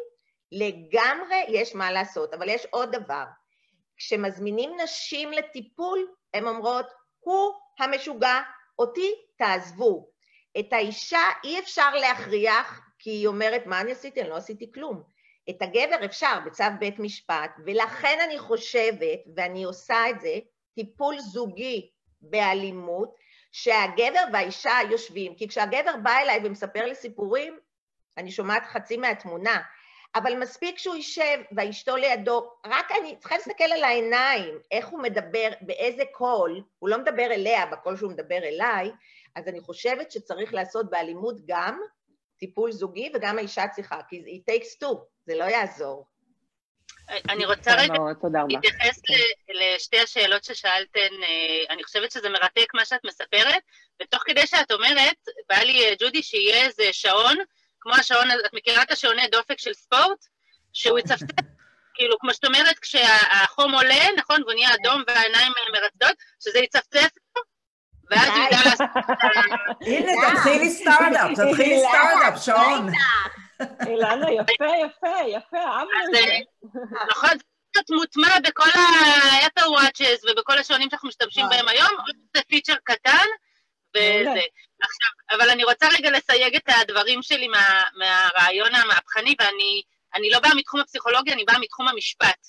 Speaker 5: לגמרי יש מה לעשות, אבל יש עוד דבר, כשמזמינים נשים לטיפול, הן אומרות, הוא המשוגע, אותי תעזבו. את האישה אי אפשר להכריח, כי היא אומרת, מה אני עשיתי? אני לא עשיתי כלום. את הגבר אפשר בצו בית משפט, ולכן אני חושבת, ואני עושה את זה, טיפול זוגי באלימות, שהגבר והאישה יושבים, כי כשהגבר בא אליי ומספר לי סיפורים, אני שומעת חצי מהתמונה, אבל מספיק שהוא יישב והאשתו לידו, רק אני צריכה להסתכל על העיניים, איך הוא מדבר, באיזה קול, הוא לא מדבר אליה בקול שהוא מדבר אליי, אז אני חושבת שצריך לעשות באלימות גם טיפול זוגי, וגם האישה צריכה, כי it takes two, זה לא יעזור.
Speaker 7: אני רוצה רגע להתייחס לשתי השאלות ששאלתן, אני חושבת שזה מרתק מה שאת מספרת, ותוך כדי שאת אומרת, בא לי ג'ודי שיהיה איזה שעון, כמו השעון, את מכירה את השעוני דופק של ספורט? שהוא יצפצף, כאילו, כמו שאת אומרת, כשהחום עולה, נכון, והוא נהיה אדום והעיניים מרצדות, שזה יצפצף לו, ואז הוא ידע לעשות את ה...
Speaker 1: הנה, תתחילי סטארט-אפ, שעון.
Speaker 4: אילנה, יפה, אהבנו את זה.
Speaker 7: נכון, זה מוטמע בכל ה-Apple Watches ובכל השעונים שאנחנו משתמשים בהם היום, זה פיצ'ר קטן, וזה. עכשיו, אבל אני רוצה רגע לסייג את הדברים שלי מהרעיון המהפכני, ואני לא באה מתחום הפסיכולוגיה, אני באה מתחום המשפט.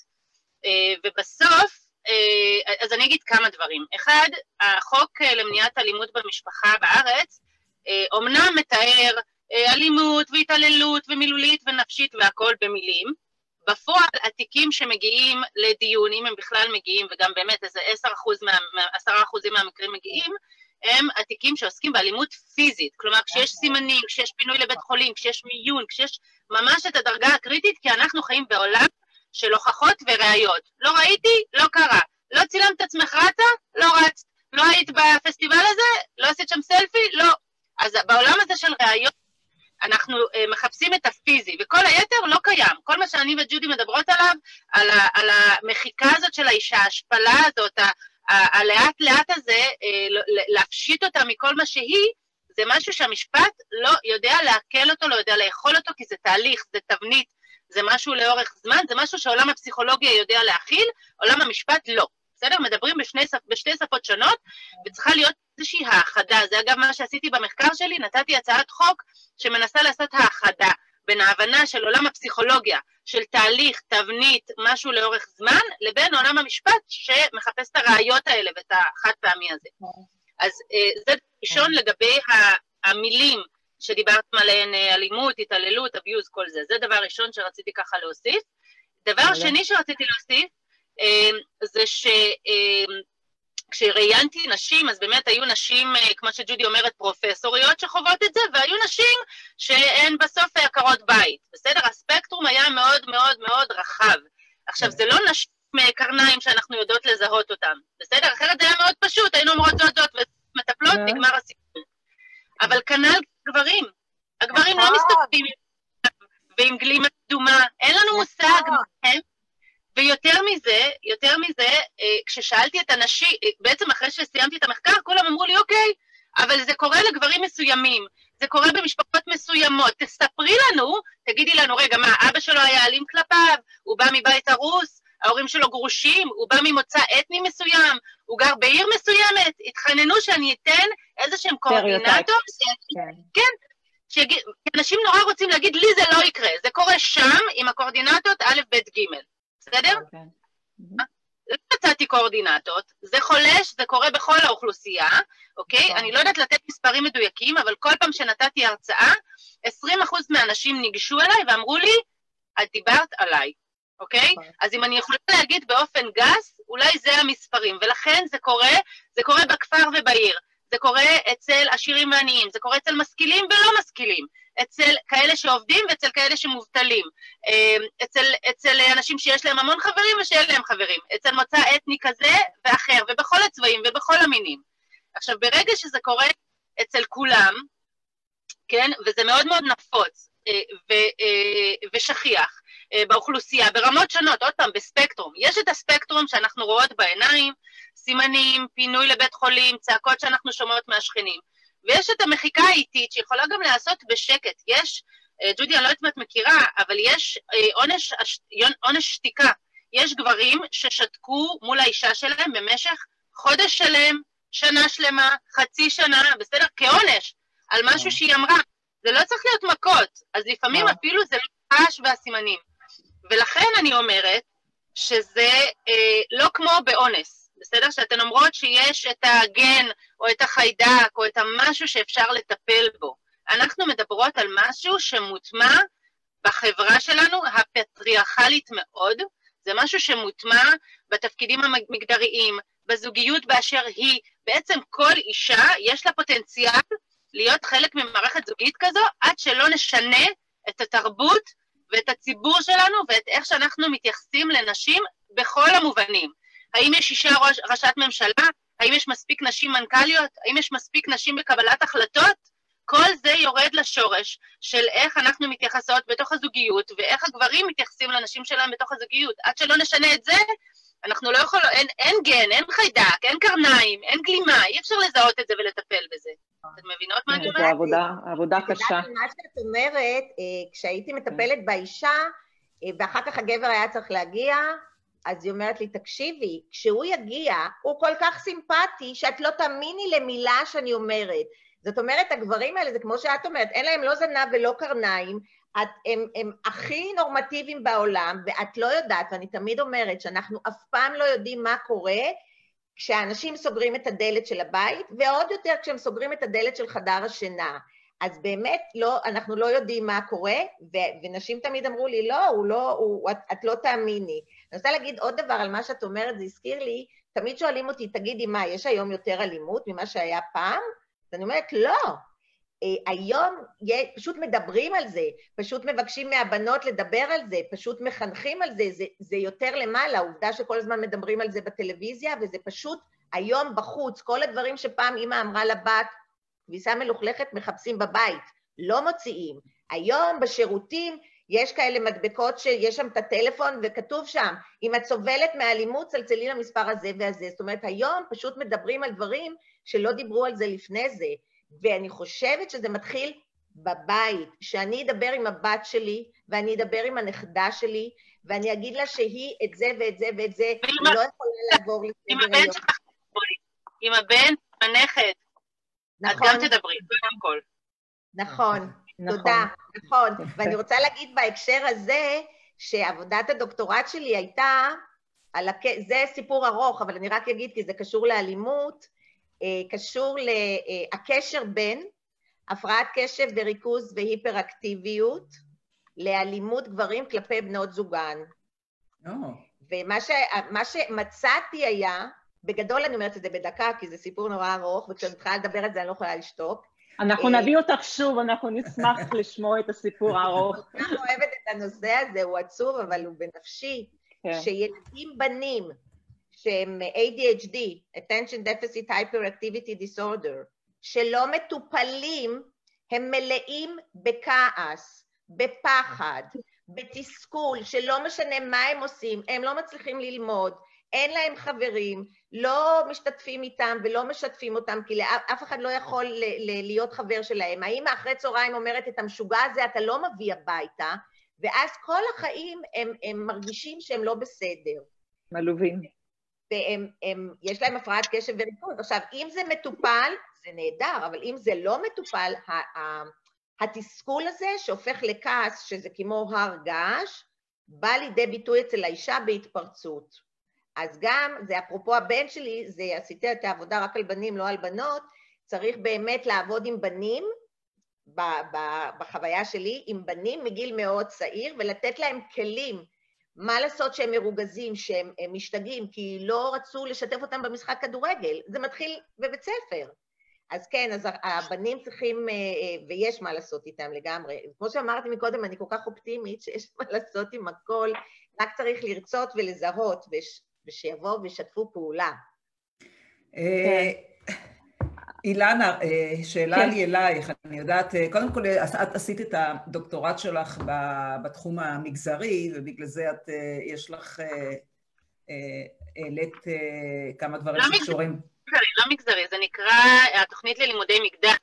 Speaker 7: ובסוף, אז אני אגיד כמה דברים. אחד, החוק למניעת אלימות במשפחה בארץ, אומנם מתאר אלימות והתעללות ומילולית ונפשית והכל במילים, בפועל התיקים שמגיעים לדיון, אם הם בכלל מגיעים, וגם באמת איזה 10% מהמקרים מגיעים, הם התיקים שעוסקים באלימות פיזית, כלומר כשיש סימנים, כשיש פינוי לבית חולים, כשיש מיון, כשיש ממש את הדרגה הקריטית, כי אנחנו חיים בעולם של הוכחות וראיות. לא ראיתי, לא קרה. לא צילמת עצמך רצה, לא רצת. לא היית בפסטיבל הזה, לא עשית שם סלפי, לא. אז בעולם הזה של ראיות, אנחנו מחפשים את הפיזי, וכל היתר לא קיים. כל מה שאני וג'ודי מדברות עליו, על המחיקה הזאת של האישה, ההשפלה הזאת, הלאט לאט הזה, להפשיט אותה מכל מה שהיא, זה משהו שהמשפט לא יודע להקל אותו, לא יודע לאכול אותו, כי זה תהליך, זה תבנית, זה משהו לאורך זמן, זה משהו שעולם הפסיכולוגיה יודע להכיל, עולם המשפט לא. בסדר? מדברים בשתי שפות שונות, וצריכה להיות איזושהי האחדה. זה אגב מה שעשיתי במחקר שלי, נתתי הצעת חוק שמנסה לעשות האחדה בין ההבנה של עולם הפסיכולוגיה, של תהליך, תבנית, משהו לאורך זמן, לבין עולם המשפט שמחפש את הראיות האלה ואת החד פעמי הזה. אז זה ראשון לגבי המילים שדיברתם עליהן, אלימות, התעללות, אביוז, כל זה. זה דבר ראשון שרציתי ככה להוסיף. דבר שני שרציתי להוסיף, זה כשראיינתי נשים, אז באמת היו נשים, כמו שג'ודי אומרת, פרופסוריות שחוות את זה, והיו נשים שהן בסוף עקרות בית. בסדר? הספקטרום היה מאוד מאוד מאוד רחב. עכשיו, זה לא נשים קרניים שאנחנו יודעות לזהות אותן. בסדר? אחרת זה היה מאוד פשוט, היינו אומרות זאת ומטפלות, נגמר הסיפור. אבל כנ"ל גברים. הגברים לא מסתכלים ועם גלימה אדומה, אין לנו מושג מהם. ויותר מזה, כששאלתי את הנשים, בעצם אחרי שסיימתי את המחקר, כולם אמרו לי, אוקיי, אבל זה קורה לגברים מסוימים, זה קורה במשפחות מסוימות, תספרי לנו, תגידי לנו, רגע, מה, אבא שלו היה אלים כלפיו, הוא בא מבית הרוס, ההורים שלו גרושים, הוא בא ממוצא אתני מסוים, הוא גר בעיר מסוימת, התחננו שאני אתן איזה שהם קואורדינטות, כן, אנשים נורא רוצים להגיד, לי זה לא יקרה, זה קורה שם עם הקואורדינטות א', ב', ג', בסדר? לא מצאתי קואורדינטות, זה חולש, זה קורה בכל האוכלוסייה, אוקיי? אני לא יודעת לתת מספרים מדויקים, אבל כל פעם שנתתי הרצאה, 20% מהאנשים ניגשו אליי ואמרו לי, את דיברת עליי, אוקיי? אז אם אני יכולה להגיד באופן גס, אולי זה המספרים, ולכן זה קורה בכפר ובעיר, זה קורה אצל עשירים ועניים, זה קורה אצל משכילים ולא משכילים, אצל כאלה שעובדים ואצל כאלה שמובטלים, אצל אנשים שיש להם המון חברים ושאין להם חברים, אצל מוצא אתני כזה ואחר, ובכל הצבעים ובכל המינים. עכשיו, ברגע שזה קורה אצל כולם, כן, וזה מאוד מאוד נפוץ ושכיח באוכלוסייה, ברמות שונות, עוד פעם, בספקטרום. יש את הספקטרום שאנחנו רואות בעיניים, סימנים, פינוי לבית חולים, צעקות שאנחנו שומעות מהשכנים. ויש את המחיקה האיטית שיכולה גם לעשות בשקט. יש, ג'ודי, אני לא יודעת אם את מכירה, אבל יש עונש שתיקה. יש גברים ששתקו מול האישה שלהם במשך חודש שלם, שנה שלמה, חצי שנה, בסדר? כעונש, על משהו שהיא אמרה. זה לא צריך להיות מכות, אז לפעמים אפילו זה לא רעש והסימנים. ולכן אני אומרת שזה לא כמו באונס. בסדר? שאתן אומרות שיש את הגן, או את החיידק, או את המשהו שאפשר לטפל בו. אנחנו מדברות על משהו שמוטמע בחברה שלנו, הפטריארכלית מאוד, זה משהו שמוטמע בתפקידים המגדריים, בזוגיות באשר היא, בעצם כל אישה יש לה פוטנציאל להיות חלק ממערכת זוגית כזו, עד שלא נשנה את התרבות ואת הציבור שלנו, ואת איך שאנחנו מתייחסים לנשים בכל המובנים. האם יש אישה ראשת ממשלה? האם יש מספיק נשים מנכ"ליות? האם יש מספיק נשים בקבלת החלטות? כל זה יורד לשורש של איך אנחנו מתייחסות בתוך הזוגיות, ואיך הגברים מתייחסים לנשים שלהם בתוך הזוגיות. עד שלא נשנה את זה, אנחנו לא יכולים, אין גן, אין חיידק, אין קרניים, אין גלימה, אי אפשר לזהות את זה ולטפל בזה. אתם מבינות מה אני אומרת?
Speaker 3: זה עבודה קשה.
Speaker 5: מה שאת אומרת, כשהייתי מטפלת באישה, ואחר כך הגבר היה צריך להגיע, אז היא אומרת לי, תקשיבי, כשהוא יגיע, הוא כל כך סימפטי, שאת לא תאמיני למילה שאני אומרת. זאת אומרת, הגברים האלה, זה כמו שאת אומרת, אין להם לא זנב ולא קרניים, הם הכי נורמטיביים בעולם, ואת לא יודעת, ואני תמיד אומרת שאנחנו אף פעם לא יודעים מה קורה, כשאנשים סוגרים את הדלת של הבית, ועוד יותר כשהם סוגרים את הדלת של חדר השינה. אז באמת לא, אנחנו לא יודעים מה קורה, ונשים תמיד אמרו לי, את לא תאמיני. אני רוצה להגיד עוד דבר על מה שאת אומרת, זה הזכיר לי, תמיד שואלים אותי, תגידי מה, יש היום יותר אלימות ממה שהיה פעם? ואני אומרת, לא. היום פשוט מדברים על זה, פשוט מבקשים מהבנות לדבר על זה, פשוט מחנכים על זה, זה יותר למעלה, העובדה שכל הזמן מדברים על זה בטלוויזיה, וזה פשוט היום בחוץ, כל הדברים שפעם אמא אמרה לבת, כביסה מלוכלכת מחפשים בבית, לא מוציאים. היום בשירותים יש כאלה מדבקות שיש שם את הטלפון וכתוב שם, אם את סובלת מהאלימות, צלצלי למספר הזה והזה. זאת אומרת, היום פשוט מדברים על דברים שלא דיברו על זה לפני זה. ואני חושבת שזה מתחיל בבית, שאני אדבר עם הבת שלי, ואני אדבר עם הנכדה שלי, ואני אגיד לה שהיא את זה ואת זה ואת זה, היא לא יכולה לעבור לסדר היום.
Speaker 7: עם הבן, הנכד, את גם תדברי, קודם כל.
Speaker 5: נכון, תודה, נכון. ואני רוצה להגיד בהקשר הזה, שעבודת הדוקטורט שלי הייתה, זה סיפור ארוך, אבל אני רק אגיד כי זה קשור לאלימות, קשור לקשר בין הפרעת קשב וריכוז והיפראקטיביות, לאלימות גברים כלפי בנות זוגן. ומה שמצאתי היה, בגדול אני אומרת את זה בדקה, כי זה סיפור נורא ארוך, וכשאני מתחילה לדבר את זה אני לא יכולה לשתוק.
Speaker 4: אנחנו נביא אותך שוב, אנחנו נשמח לשמוע את הסיפור הארוך.
Speaker 5: אני אוהבת את הנושא הזה, הוא עצוב, אבל הוא בנפשי, שילדים בנים, שהם ADHD, Attention Deficit Hyperactivity Disorder, שלא מטופלים, הם מלאים בכעס, בפחד, בתסכול, שלא משנה מה הם עושים, הם לא מצליחים ללמוד, אין להם חברים, לא משתתפים איתם ולא משתפים אותם, כי אף אחד לא יכול להיות חבר שלהם. האמא אחרי צהריים אומרת, את המשוגע הזה אתה לא מביא הביתה, ואז כל החיים הם מרגישים שהם לא בסדר.
Speaker 4: מלווים.
Speaker 5: ויש להם הפרעת קשב וריכוז. עכשיו, אם זה מטופל, זה נהדר, אבל אם זה לא מטופל, התסכול הזה שהופך לכעס, שזה כמו הר געש, בא לידי ביטוי אצל האישה בהתפרצות. אז גם, זה אפרופו הבן שלי, עשיתי את העבודה רק על בנים, לא על בנות, צריך באמת לעבוד עם בנים, בחוויה שלי, עם בנים מגיל מאוד צעיר, ולתת להם כלים, מה לעשות שהם מרוגזים, שהם משתגעים, כי לא רצו לשתף אותם במשחק כדורגל, זה מתחיל בבית ספר. אז כן, אז הבנים צריכים, ויש מה לעשות איתם לגמרי. כמו שאמרתי מקודם, אני כל כך אופטימית, שיש מה לעשות עם הכל, רק צריך לרצות ולזהות, ושיבואו וישתפו פעולה.
Speaker 1: אילנה, שאלה לי אלייך, אני יודעת, קודם כל, את עשית את הדוקטורט שלך בתחום המגזרי, ובגלל זה יש לך העלית כמה דברים שקשורים.
Speaker 7: לא מגזרי, זה נקרא התוכנית ללימודי מגדר.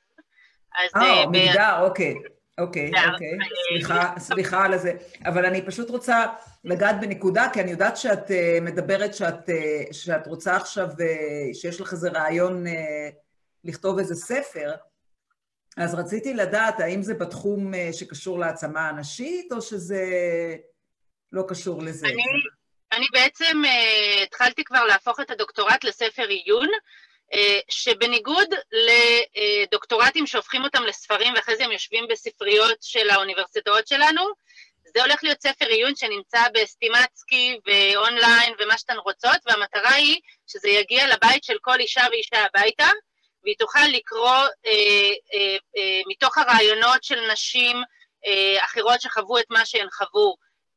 Speaker 1: מגדר, אוקיי, סליחה על זה. אבל אני פשוט רוצה לגעת בנקודה, כי אני יודעת שאת מדברת שאת רוצה עכשיו, שיש לך איזה רעיון לכתוב איזה ספר, אז רציתי לדעת, האם זה בתחום שקשור להעצמה הנשית, או שזה לא קשור לזה?
Speaker 7: אני בעצם התחלתי כבר להפוך את הדוקטורט לספר עיון, שבניגוד לדוקטורטים שהופכים אותם לספרים, ואחרי זה הם יושבים בספריות של האוניברסיטאות שלנו, זה הולך להיות ספר עיון שנמצא בסטימצקי ואונליין ומה שאתן רוצות, והמטרה היא שזה יגיע לבית של כל אישה ואישה הביתה, והיא תוכל לקרוא מתוך הרעיונות של נשים אחרות שחוו את מה שהן חוו,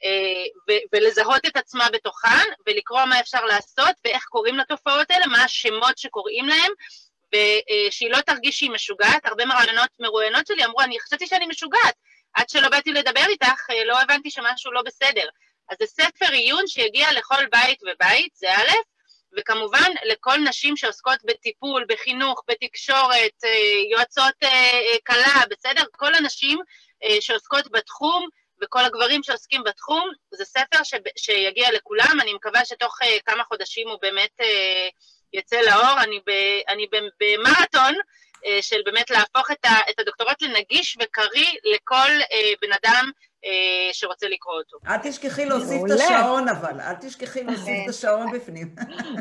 Speaker 7: ולזהות את עצמה בתוכן, ולקרוא מה אפשר לעשות, ואיך קוראים לתופעות האלה, מה השמות שקוראים להם, ושהיא לא תרגיש שהיא משוגעת. הרבה מרואיינות שלי אמרו, אני חשבתי שאני משוגעת, עד שלא באתי לדבר איתך, לא הבנתי שמשהו לא בסדר. אז זה ספר עיון שיגיע לכל בית ובית, זה א', וכמובן לכל נשים שעוסקות בטיפול, בחינוך, בתקשורת, יועצות קלה, בסדר? כל הנשים שעוסקות בתחום, וכל הגברים שעוסקים בתחום, זה ספר שיגיע לכולם, אני מקווה שתוך כמה חודשים הוא באמת יצא לאור, אני במרתון של באמת להפוך את הדוקטורט לנגיש וקרי לכל בן אדם שרוצה לקרוא אותו.
Speaker 1: אל תשכחי להוסיף את השעון אבל, אל תשכחי להוסיף את השעון בפנים.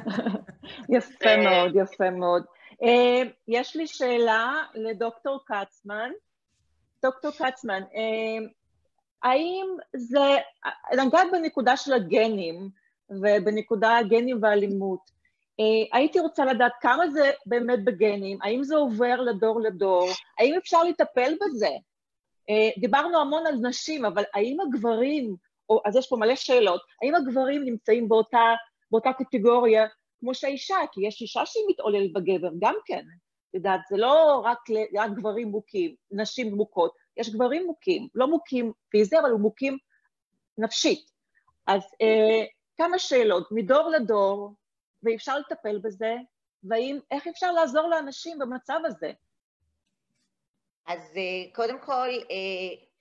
Speaker 4: יפה מאוד, יפה מאוד. יש לי שאלה לדוקטור קצמן. דוקטור קצמן, האם זה, נגעת בנקודה של הגנים, ובנקודה הגנים והאלימות, הייתי רוצה לדעת כמה זה באמת בגנים, האם זה עובר לדור לדור, האם אפשר לטפל בזה? דיברנו המון על נשים, אבל האם הגברים, אז יש פה מלא שאלות, האם הגברים נמצאים באותה קטגוריה כמו שהאישה, כי יש אישה שהיא מתעוללת בגבר, גם כן, יודעת, זה לא רק גברים מוכים, נשים מוכות, יש גברים מוכים, לא מוכים פיזי, אבל מוכים נפשית. אז כמה שאלות, מדור לדור, ואפשר לטפל בזה, ואיך אפשר לעזור לאנשים במצב הזה?
Speaker 5: אז קודם כל,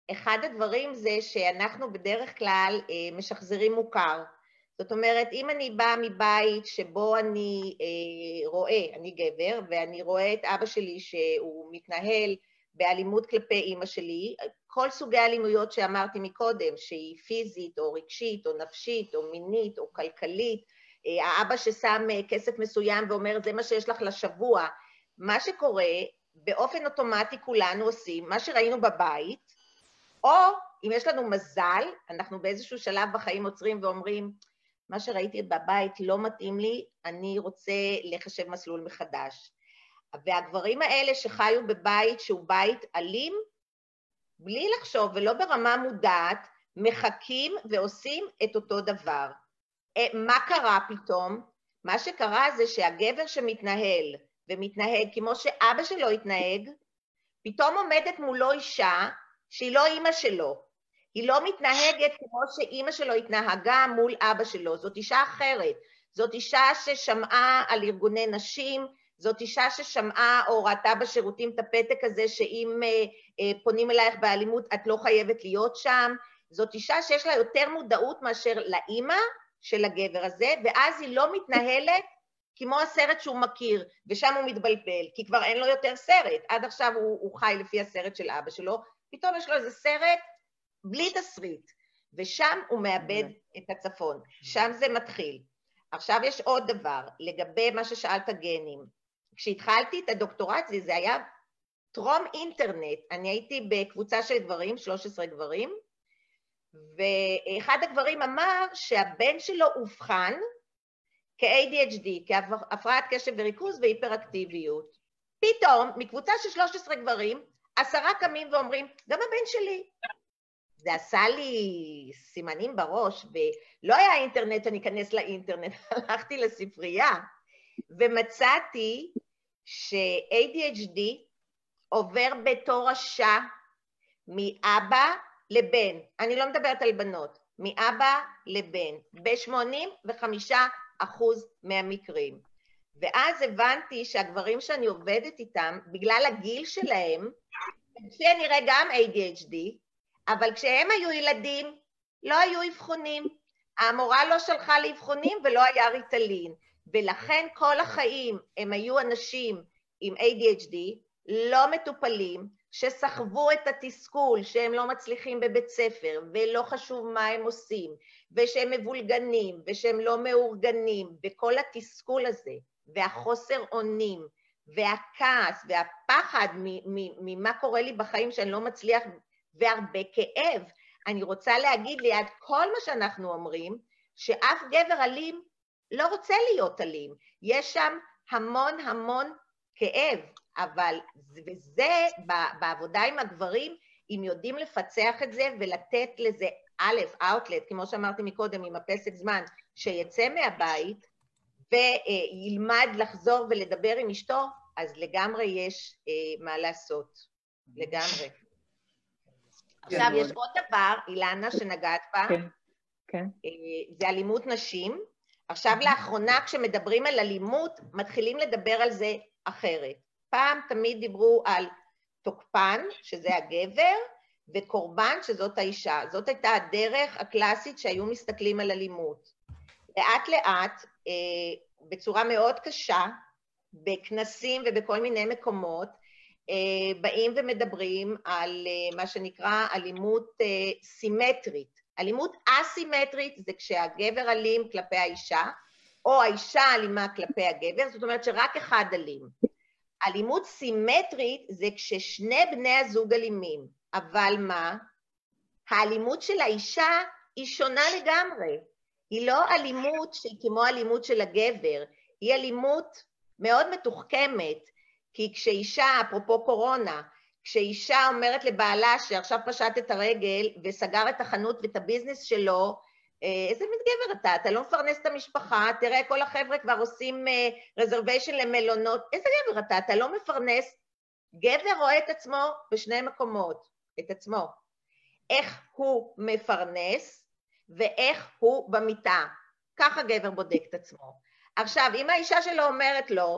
Speaker 5: אחד הדברים זה שאנחנו בדרך כלל משחזרים מוכר. זאת אומרת, אם אני באה מבית שבו אני רואה, אני גבר, ואני רואה את אבא שלי שהוא מתנהל באלימות כלפי אמא שלי, כל סוגי האלימויות שאמרתי מקודם, שהיא פיזית או רגשית או נפשית או מינית או כלכלית, האבא ששם כסף מסוים ואומר, זה מה שיש לך לשבוע, מה שקורה, באופן אוטומטי כולנו עושים, מה שראינו בבית, או אם יש לנו מזל, אנחנו באיזשהו שלב בחיים עוצרים ואומרים, מה שראיתי בבית לא מתאים לי, אני רוצה לחשב מסלול מחדש. והגברים האלה שחיו בבית שהוא בית אלים, בלי לחשוב ולא ברמה מודעת, מחכים ועושים את אותו דבר. מה קרה פתאום? מה שקרה זה שהגבר שמתנהל ומתנהג כמו שאבא שלו התנהג, פתאום עומדת מולו אישה שהיא לא אימא שלו. היא לא מתנהגת כמו שאימא שלו התנהגה מול אבא שלו. זאת אישה אחרת. זאת אישה ששמעה על ארגוני נשים, זאת אישה ששמעה או ראתה בשירותים את הפתק הזה שאם פונים אלייך באלימות את לא חייבת להיות שם. זאת אישה שיש לה יותר מודעות מאשר לאימא של הגבר הזה, ואז היא לא מתנהלת כמו הסרט שהוא מכיר, ושם הוא מתבלבל, כי כבר אין לו יותר סרט. עד עכשיו הוא חי לפי הסרט של אבא שלו, פתאום יש לו איזה סרט בלי תסריט, ושם הוא מאבד את הצפון. שם זה מתחיל. עכשיו יש עוד דבר, לגבי מה ששאלת גנים. כשהתחלתי את הדוקטורט, זה היה טרום אינטרנט, אני הייתי בקבוצה של גברים, 13 גברים, ואחד הגברים אמר שהבן שלו אובחן כ-ADHD, כהפרעת קשב וריכוז והיפראקטיביות. פתאום, מקבוצה של 13 גברים, 10 קמים ואומרים, גם הבן שלי. זה עשה לי סימנים בראש, ולא היה אינטרנט, אני אכנס לאינטרנט, הלכתי לספרייה, ומצאתי ש-ADHD עובר בתור השע מאבא לבן, אני לא מדברת על בנות, מאבא לבן, ב-85% מהמקרים. ואז הבנתי שהגברים שאני עובדת איתם, בגלל הגיל שלהם, שנראה גם ADHD, אבל כשהם היו ילדים, לא היו אבחונים. המורה לא שלחה לאבחונים ולא היה ריטלין. ולכן כל החיים הם היו אנשים עם ADHD, לא מטופלים, שסחבו את התסכול שהם לא מצליחים בבית ספר, ולא חשוב מה הם עושים, ושהם מבולגנים, ושהם לא מאורגנים, וכל התסכול הזה, והחוסר אונים, והכעס, והפחד ממה קורה לי בחיים שאני לא מצליח, והרבה כאב. אני רוצה להגיד ליד כל מה שאנחנו אומרים, שאף גבר אלים לא רוצה להיות אלים. יש שם המון המון כאב, אבל וזה בעבודה עם הגברים, אם יודעים לפצח את זה ולתת לזה א', אאוטלט, כמו שאמרתי מקודם, עם הפסק זמן, שיצא מהבית וילמד לחזור ולדבר עם אשתו, אז לגמרי יש מה לעשות, לגמרי. עכשיו, יש עוד דבר, אילנה, שנגעת בה, זה אלימות נשים. עכשיו, לאחרונה, כשמדברים על אלימות, מתחילים לדבר על זה אחרת. פעם תמיד דיברו על תוקפן, שזה הגבר, וקורבן, שזאת האישה. זאת הייתה הדרך הקלאסית שהיו מסתכלים על אלימות. לאט לאט, בצורה מאוד קשה, בכנסים ובכל מיני מקומות, באים ומדברים על מה שנקרא אלימות סימטרית. אלימות אסימטרית זה כשהגבר אלים כלפי האישה, או האישה אלימה כלפי הגבר, זאת אומרת שרק אחד אלים. אלימות סימטרית זה כששני בני הזוג אלימים, אבל מה? האלימות של האישה היא שונה לגמרי. היא לא אלימות שהיא כמו אלימות של הגבר, היא אלימות מאוד מתוחכמת, כי כשאישה, אפרופו קורונה, כשאישה אומרת לבעלה שעכשיו פשט את הרגל וסגר את החנות ואת הביזנס שלו, איזה מתגבר אתה לא מפרנס את המשפחה, תראה כל החבר'ה כבר עושים רזרוויישן למלונות, איזה גבר אתה לא מפרנס, גבר רואה את עצמו בשני מקומות, את עצמו, איך הוא מפרנס ואיך הוא במיטה, ככה גבר בודק את עצמו. עכשיו, אם האישה שלו אומרת לו,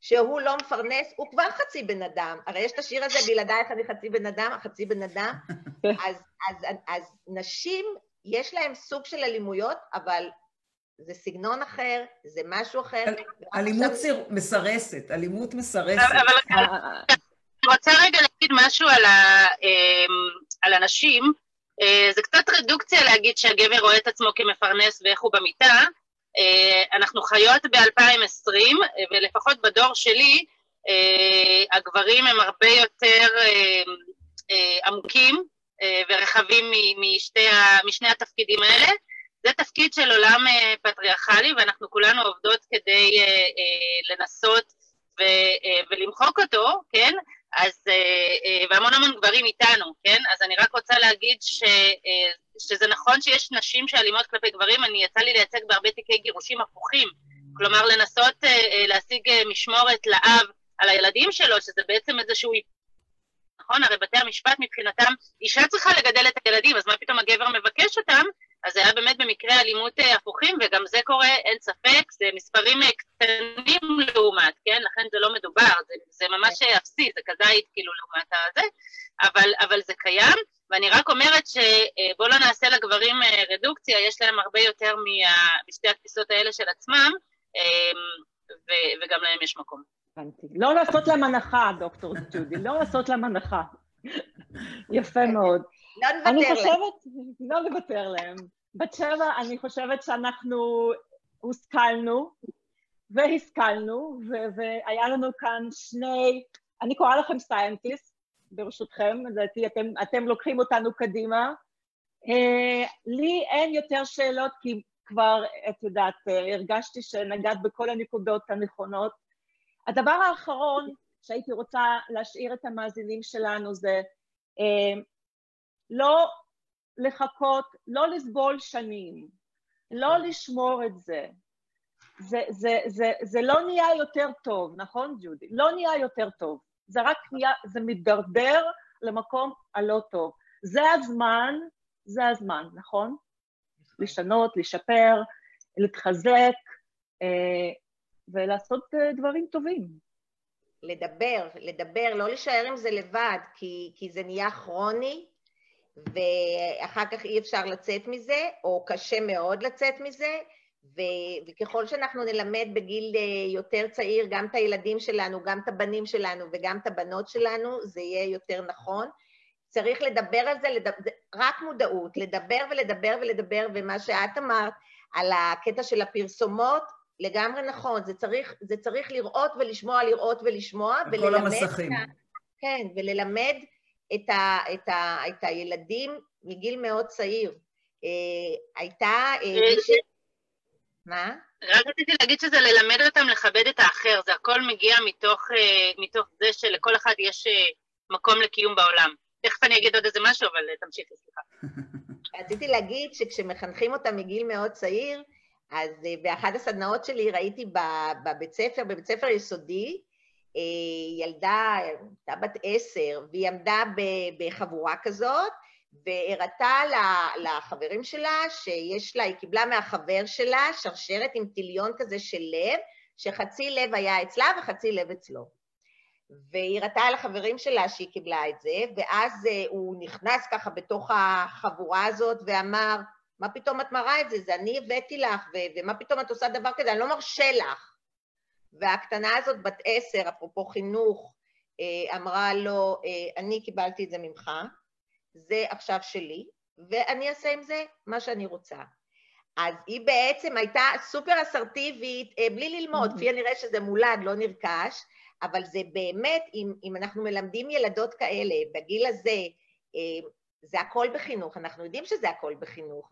Speaker 5: שהוא לא מפרנס, הוא כבר חצי בן אדם. הרי יש את השיר הזה, בלעדייך אני חצי בן אדם, החצי בן אדם. אז נשים, יש להם סוג של אלימויות, אבל זה סגנון אחר, זה משהו אחר.
Speaker 1: אלימות מסרסת, אלימות מסרסת.
Speaker 7: אבל אני רוצה רגע להגיד משהו על הנשים. זה קצת רדוקציה להגיד שהגבר רואה את עצמו כמפרנס ואיך הוא במיטה. אנחנו חיות ב-2020, ולפחות בדור שלי, הגברים הם הרבה יותר עמוקים ורחבים משני התפקידים האלה. זה תפקיד של עולם פטריארכלי, ואנחנו כולנו עובדות כדי לנסות ולמחוק אותו, כן? אז, והמון גברים איתנו, כן? אז אני רק רוצה להגיד שזה נכון שיש נשים שאלימות כלפי גברים. אני יצא לי לייצג בהרבה תיקי גירושים הפוכים, כלומר לנסות להשיג משמורת לאב על הילדים שלו, שזה בעצם איזשהו, נכון? הרי בתי המשפט מבחינתם, אישה צריכה לגדל את הילדים, אז מה פתאום הגבר מבקש אותם? אז זה היה באמת במקרה אלימות הפוכים, וגם זה קורה, אין ספק, זה מספרים קטנים לעומת, כן? לכן זה לא מדובר, זה ממש אפסי, זה כדאית כאילו לעומת הזה, אבל זה קיים, ואני רק אומרת שבוא לא נעשה לגברים רדוקציה, יש להם הרבה יותר משתי התפיסות האלה של עצמם, וגם להם יש מקום.
Speaker 4: לא לעשות להם הנחה, דוקטור ג'ודי, לא לעשות להם הנחה. יפה מאוד. אני חושבת, לא לוותר להם. בת שבע, אני חושבת שאנחנו הושכלנו והשכלנו, והיה לנו כאן שני, אני קוראה לכם סיינטיסט, ברשותכם, אתם לוקחים אותנו קדימה. לי אין יותר שאלות, כי כבר, את יודעת, הרגשתי שנגעת בכל הנקודות הנכונות. הדבר האחרון שהייתי רוצה להשאיר את המאזינים שלנו זה, לא לחכות, לא לסבול שנים, לא לשמור את זה. זה לא נהיה יותר טוב, נכון ג'ודי? לא נהיה יותר טוב. זה רק נהיה, זה מתדרדר למקום הלא טוב. זה הזמן, נכון? לשנות, לשפר, להתחזק, ולעשות דברים טובים.
Speaker 5: לדבר, לא להישאר עם זה לבד, כי זה נהיה כרוני, ואחר כך אי אפשר לצאת מזה, או קשה מאוד לצאת מזה, וככל שאנחנו נלמד בגיל יותר צעיר, גם את הילדים שלנו, גם את הבנים שלנו, וגם את הבנות שלנו, זה יהיה יותר נכון. צריך לדבר על זה, רק מודעות, לדבר ולדבר ולדבר, ומה שאת אמרת על הקטע של הפרסומות, לגמרי נכון, זה צריך לראות ולשמוע, לראות ולשמוע,
Speaker 1: כל המסכים.
Speaker 5: כן, וללמד את הילדים מגיל מאוד צעיר. הייתה... מה?
Speaker 7: רק רציתי להגיד שזה ללמד אותם לכבד את האחר, זה הכל מגיע מתוך זה שלכל אחד יש מקום לקיום בעולם. תכף אני אגיד עוד איזה משהו, אבל תמשיכי, סליחה.
Speaker 5: רציתי להגיד שכשמחנכים אותם מגיל מאוד צעיר, אז באחד הסדנאות שלי ראיתי בבית ספר יסודי, ילדה בת 10, והיא עמדה בחבורה כזאת, והראתה לחברים שלה שיש לה, היא קיבלה מהחבר שלה שרשרת עם טיליון כזה של לב, שחצי לב היה אצלה וחצי לב אצלו. והיא ראתה לחברים שלה שהיא קיבלה את זה, ואז הוא נכנס ככה בתוך החבורה הזאת ואמר, מה פתאום את מראה את זה? זה אני הבאתי לך, ומה פתאום את עושה דבר כזה? אני לא מרשה לך. והקטנה הזאת בת 10, אפרופו חינוך, אמרה לו, אני קיבלתי את זה ממך, זה עכשיו שלי, ואני אעשה עם זה מה שאני רוצה. אז היא בעצם הייתה סופר אסרטיבית, בלי ללמוד, כפי הנראה שזה מולד, לא נרכש, אבל זה באמת, אם אנחנו מלמדים ילדות כאלה, בגיל הזה, זה הכל בחינוך, אנחנו יודעים שזה הכל בחינוך,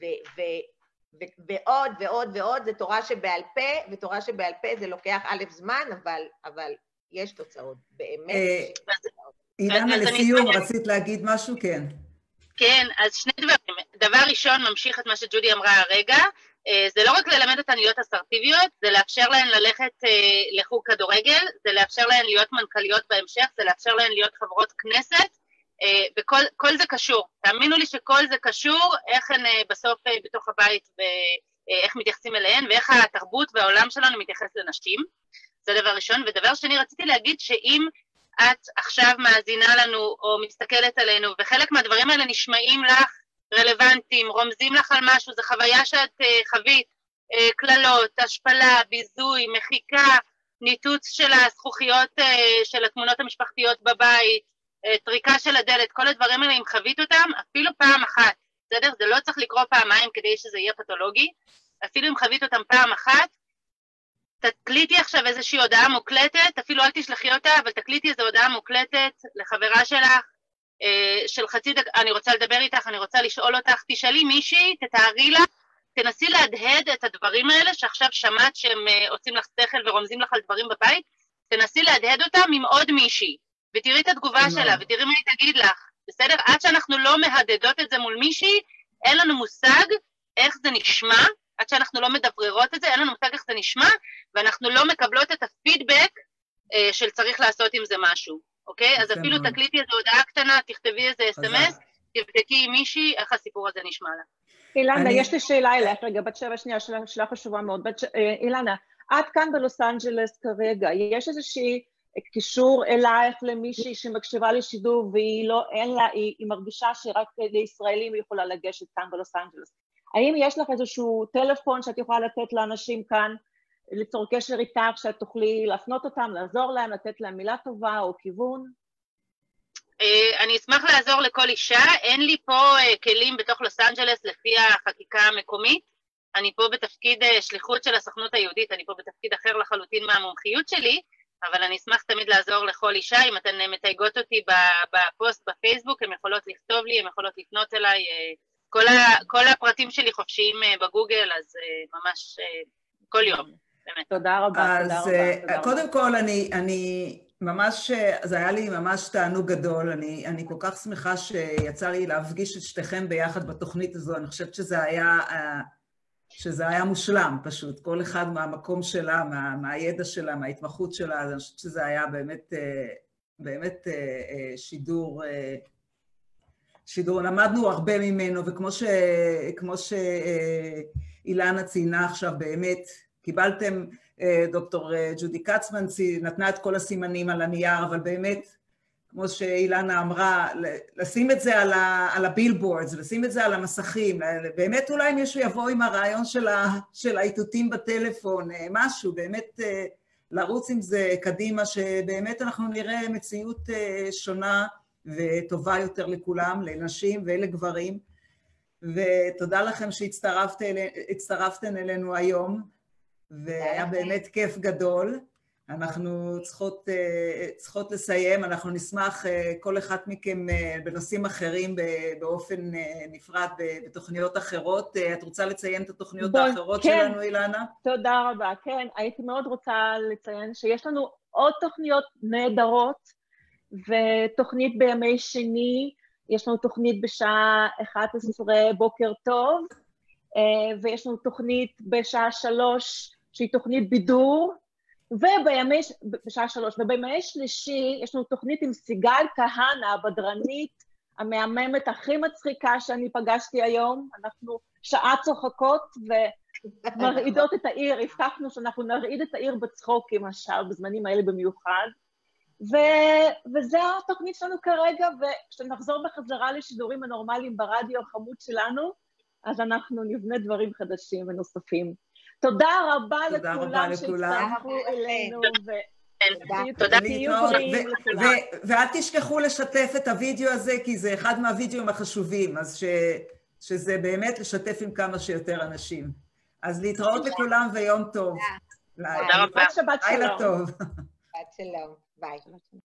Speaker 5: ועוד ועוד ועוד, זה תורה שבעל פה, ותורה שבעל פה זה לוקח א' זמן, אבל יש תוצאות, באמת.
Speaker 1: אילנה, לסיום, רצית להגיד משהו? כן.
Speaker 7: כן, אז שני דברים. דבר ראשון, ממשיך את מה שג'ודי אמרה הרגע, זה לא רק ללמד אותן להיות אסרטיביות, זה לאפשר להן ללכת לחוג כדורגל, זה לאפשר להן להיות מנכ"ליות בהמשך, זה לאפשר להן להיות חברות כנסת, וכל זה קשור. תאמינו לי שכל זה קשור, איך הן בסוף בתוך הבית, ואיך מתייחסים אליהן, ואיך התרבות והעולם שלנו מתייחס לנשים. זה דבר ראשון. ודבר שני, רציתי להגיד שאם את עכשיו מאזינה לנו או מסתכלת עלינו, וחלק מהדברים האלה נשמעים לך רלוונטיים, רומזים לך על משהו, זו חוויה שאת חווית, כללות, השפלה, ביזוי, מחיקה, ניתוץ של הזכוכיות של התמונות המשפחתיות בבית, טריקה של הדלת, כל הדברים האלה, אם חווית אותם, אפילו פעם אחת, בסדר? זה לא צריך לקרוא פעמיים כדי שזה יהיה פתולוגי, אפילו אם חווית אותם פעם אחת, תקליטי עכשיו איזושהי הודעה מוקלטת, אפילו אל תשלחי אותה, אבל תקליטי איזו הודעה מוקלטת לחברה שלך, של חצי דקה, אני רוצה לדבר איתך, אני רוצה לשאול אותך, תשאלי מישהי, תתארי לה, תנסי להדהד את הדברים האלה שעכשיו שמעת שהם עושים לך שכל ורומזים לך על דברים בבית, תנסי להדהד אותם עם עוד מישהי, ותראי את התגובה שלה, ותראי מה היא תגיד לך, בסדר? עד שאנחנו לא מהדהדות את זה מול מישהי, אין לנו מושג איך זה נשמע, עד שאנחנו לא מדבררות את זה, אין לנו מושג איך זה נשמע, ואנחנו לא מקבלות את הפידבק של צריך לעשות עם זה משהו, אוקיי? אז אפילו תקליטי איזו הודעה קטנה, תכתבי איזה SMS, תבדקי עם מישהי, איך הסיפור הזה נשמע לה.
Speaker 4: אילנה, יש לי שאלה אליך, רגע, בת שבע שנייה, שאלה חשובה מאוד. אילנה, את כאן בלוס אנג'לס כרגע, יש איזושהי קישור אלייך למישהי שמקשיבה לשידור, והיא לא, אין לה, היא מרגישה שרק לישראלים היא יכולה לגשת כאן בלוס אנג'לס. האם יש לך איזשהו טלפון שאת יכולה לתת לאנשים כאן, ליצור קשר איתך, שאת תוכלי להפנות אותם, לעזור להם, לתת להם מילה טובה או כיוון?
Speaker 7: אני אשמח לעזור לכל אישה, אין לי פה כלים בתוך לוס אנג'לס לפי החקיקה המקומית, אני פה בתפקיד שליחות של הסוכנות היהודית, אני פה בתפקיד אחר לחלוטין מהמומחיות שלי, אבל אני אשמח תמיד לעזור לכל אישה, אם אתן מתייגות אותי בפוסט בפייסבוק, הן יכולות לכתוב לי, הן יכולות לפנות אליי, כל הפרטים שלי חופשיים בגוגל, אז ממש כל יום, באמת.
Speaker 4: תודה רבה, תודה רבה.
Speaker 1: אז קודם כל, אני ממש, זה היה לי ממש תענוג גדול, אני כל כך שמחה שיצא לי להפגיש את שתיכם ביחד בתוכנית הזו, אני חושבת שזה היה מושלם פשוט, כל אחד מהמקום שלה, מהידע שלה, מההתמחות שלה, אז אני חושבת שזה היה באמת שידור, למדנו הרבה ממנו, וכמו שאילנה ציינה עכשיו, באמת, קיבלתם, דוקטור ג'ודי קצמן נתנה את כל הסימנים על הנייר, אבל באמת, כמו שאילנה אמרה, לשים את זה על הבילבורדס, לשים את זה על המסכים, באמת אולי מישהו יבוא עם הרעיון של האיתותים בטלפון, משהו, באמת לרוץ עם זה קדימה, שבאמת אנחנו נראה מציאות שונה וטובה יותר לכולם, לנשים ולגברים, ותודה לכם שהצטרפתן אלינו היום, והיה באמת כיף גדל. אנחנו צריכות לסיים, אנחנו נשמח כל אחת מכם בנושאים אחרים באופן נפרד בתוכניות אחרות. את רוצה לציין את התוכניות האחרות שלנו, אילנה?
Speaker 4: תודה רבה, כן. הייתי מאוד רוצה לציין שיש לנו עוד תוכניות נהדרות, ותוכנית בימי שני, יש לנו תוכנית בשעה 11 בוקר טוב, ויש לנו תוכנית בשעה 3 שהיא תוכנית בידור, בשעה 3, ובימי שלישי יש לנו תוכנית עם סיגל כהנא, הבדרנית המהממת הכי מצחיקה שאני פגשתי היום, אנחנו שעה צוחקות ומרעידות את העיר, הבטחנו שאנחנו נרעיד את העיר בצחוקים עכשיו, בזמנים האלה במיוחד, וזה התוכנית שלנו כרגע, וכשנחזור בחזרה לשידורים הנורמליים ברדיו החמוד שלנו, אז אנחנו נבנה דברים חדשים ונוספים. תודה רבה לכולם שהצטרפו אלינו,
Speaker 1: ואל תשכחו לשתף את הוידאו הזה, כי זה אחד מהוידאוים החשובים, אז שזה באמת לשתף עם כמה שיותר אנשים. אז להתראות לכולם ויום טוב.
Speaker 7: תודה רבה.
Speaker 1: לילה טוב.
Speaker 5: שבת שלום, ביי.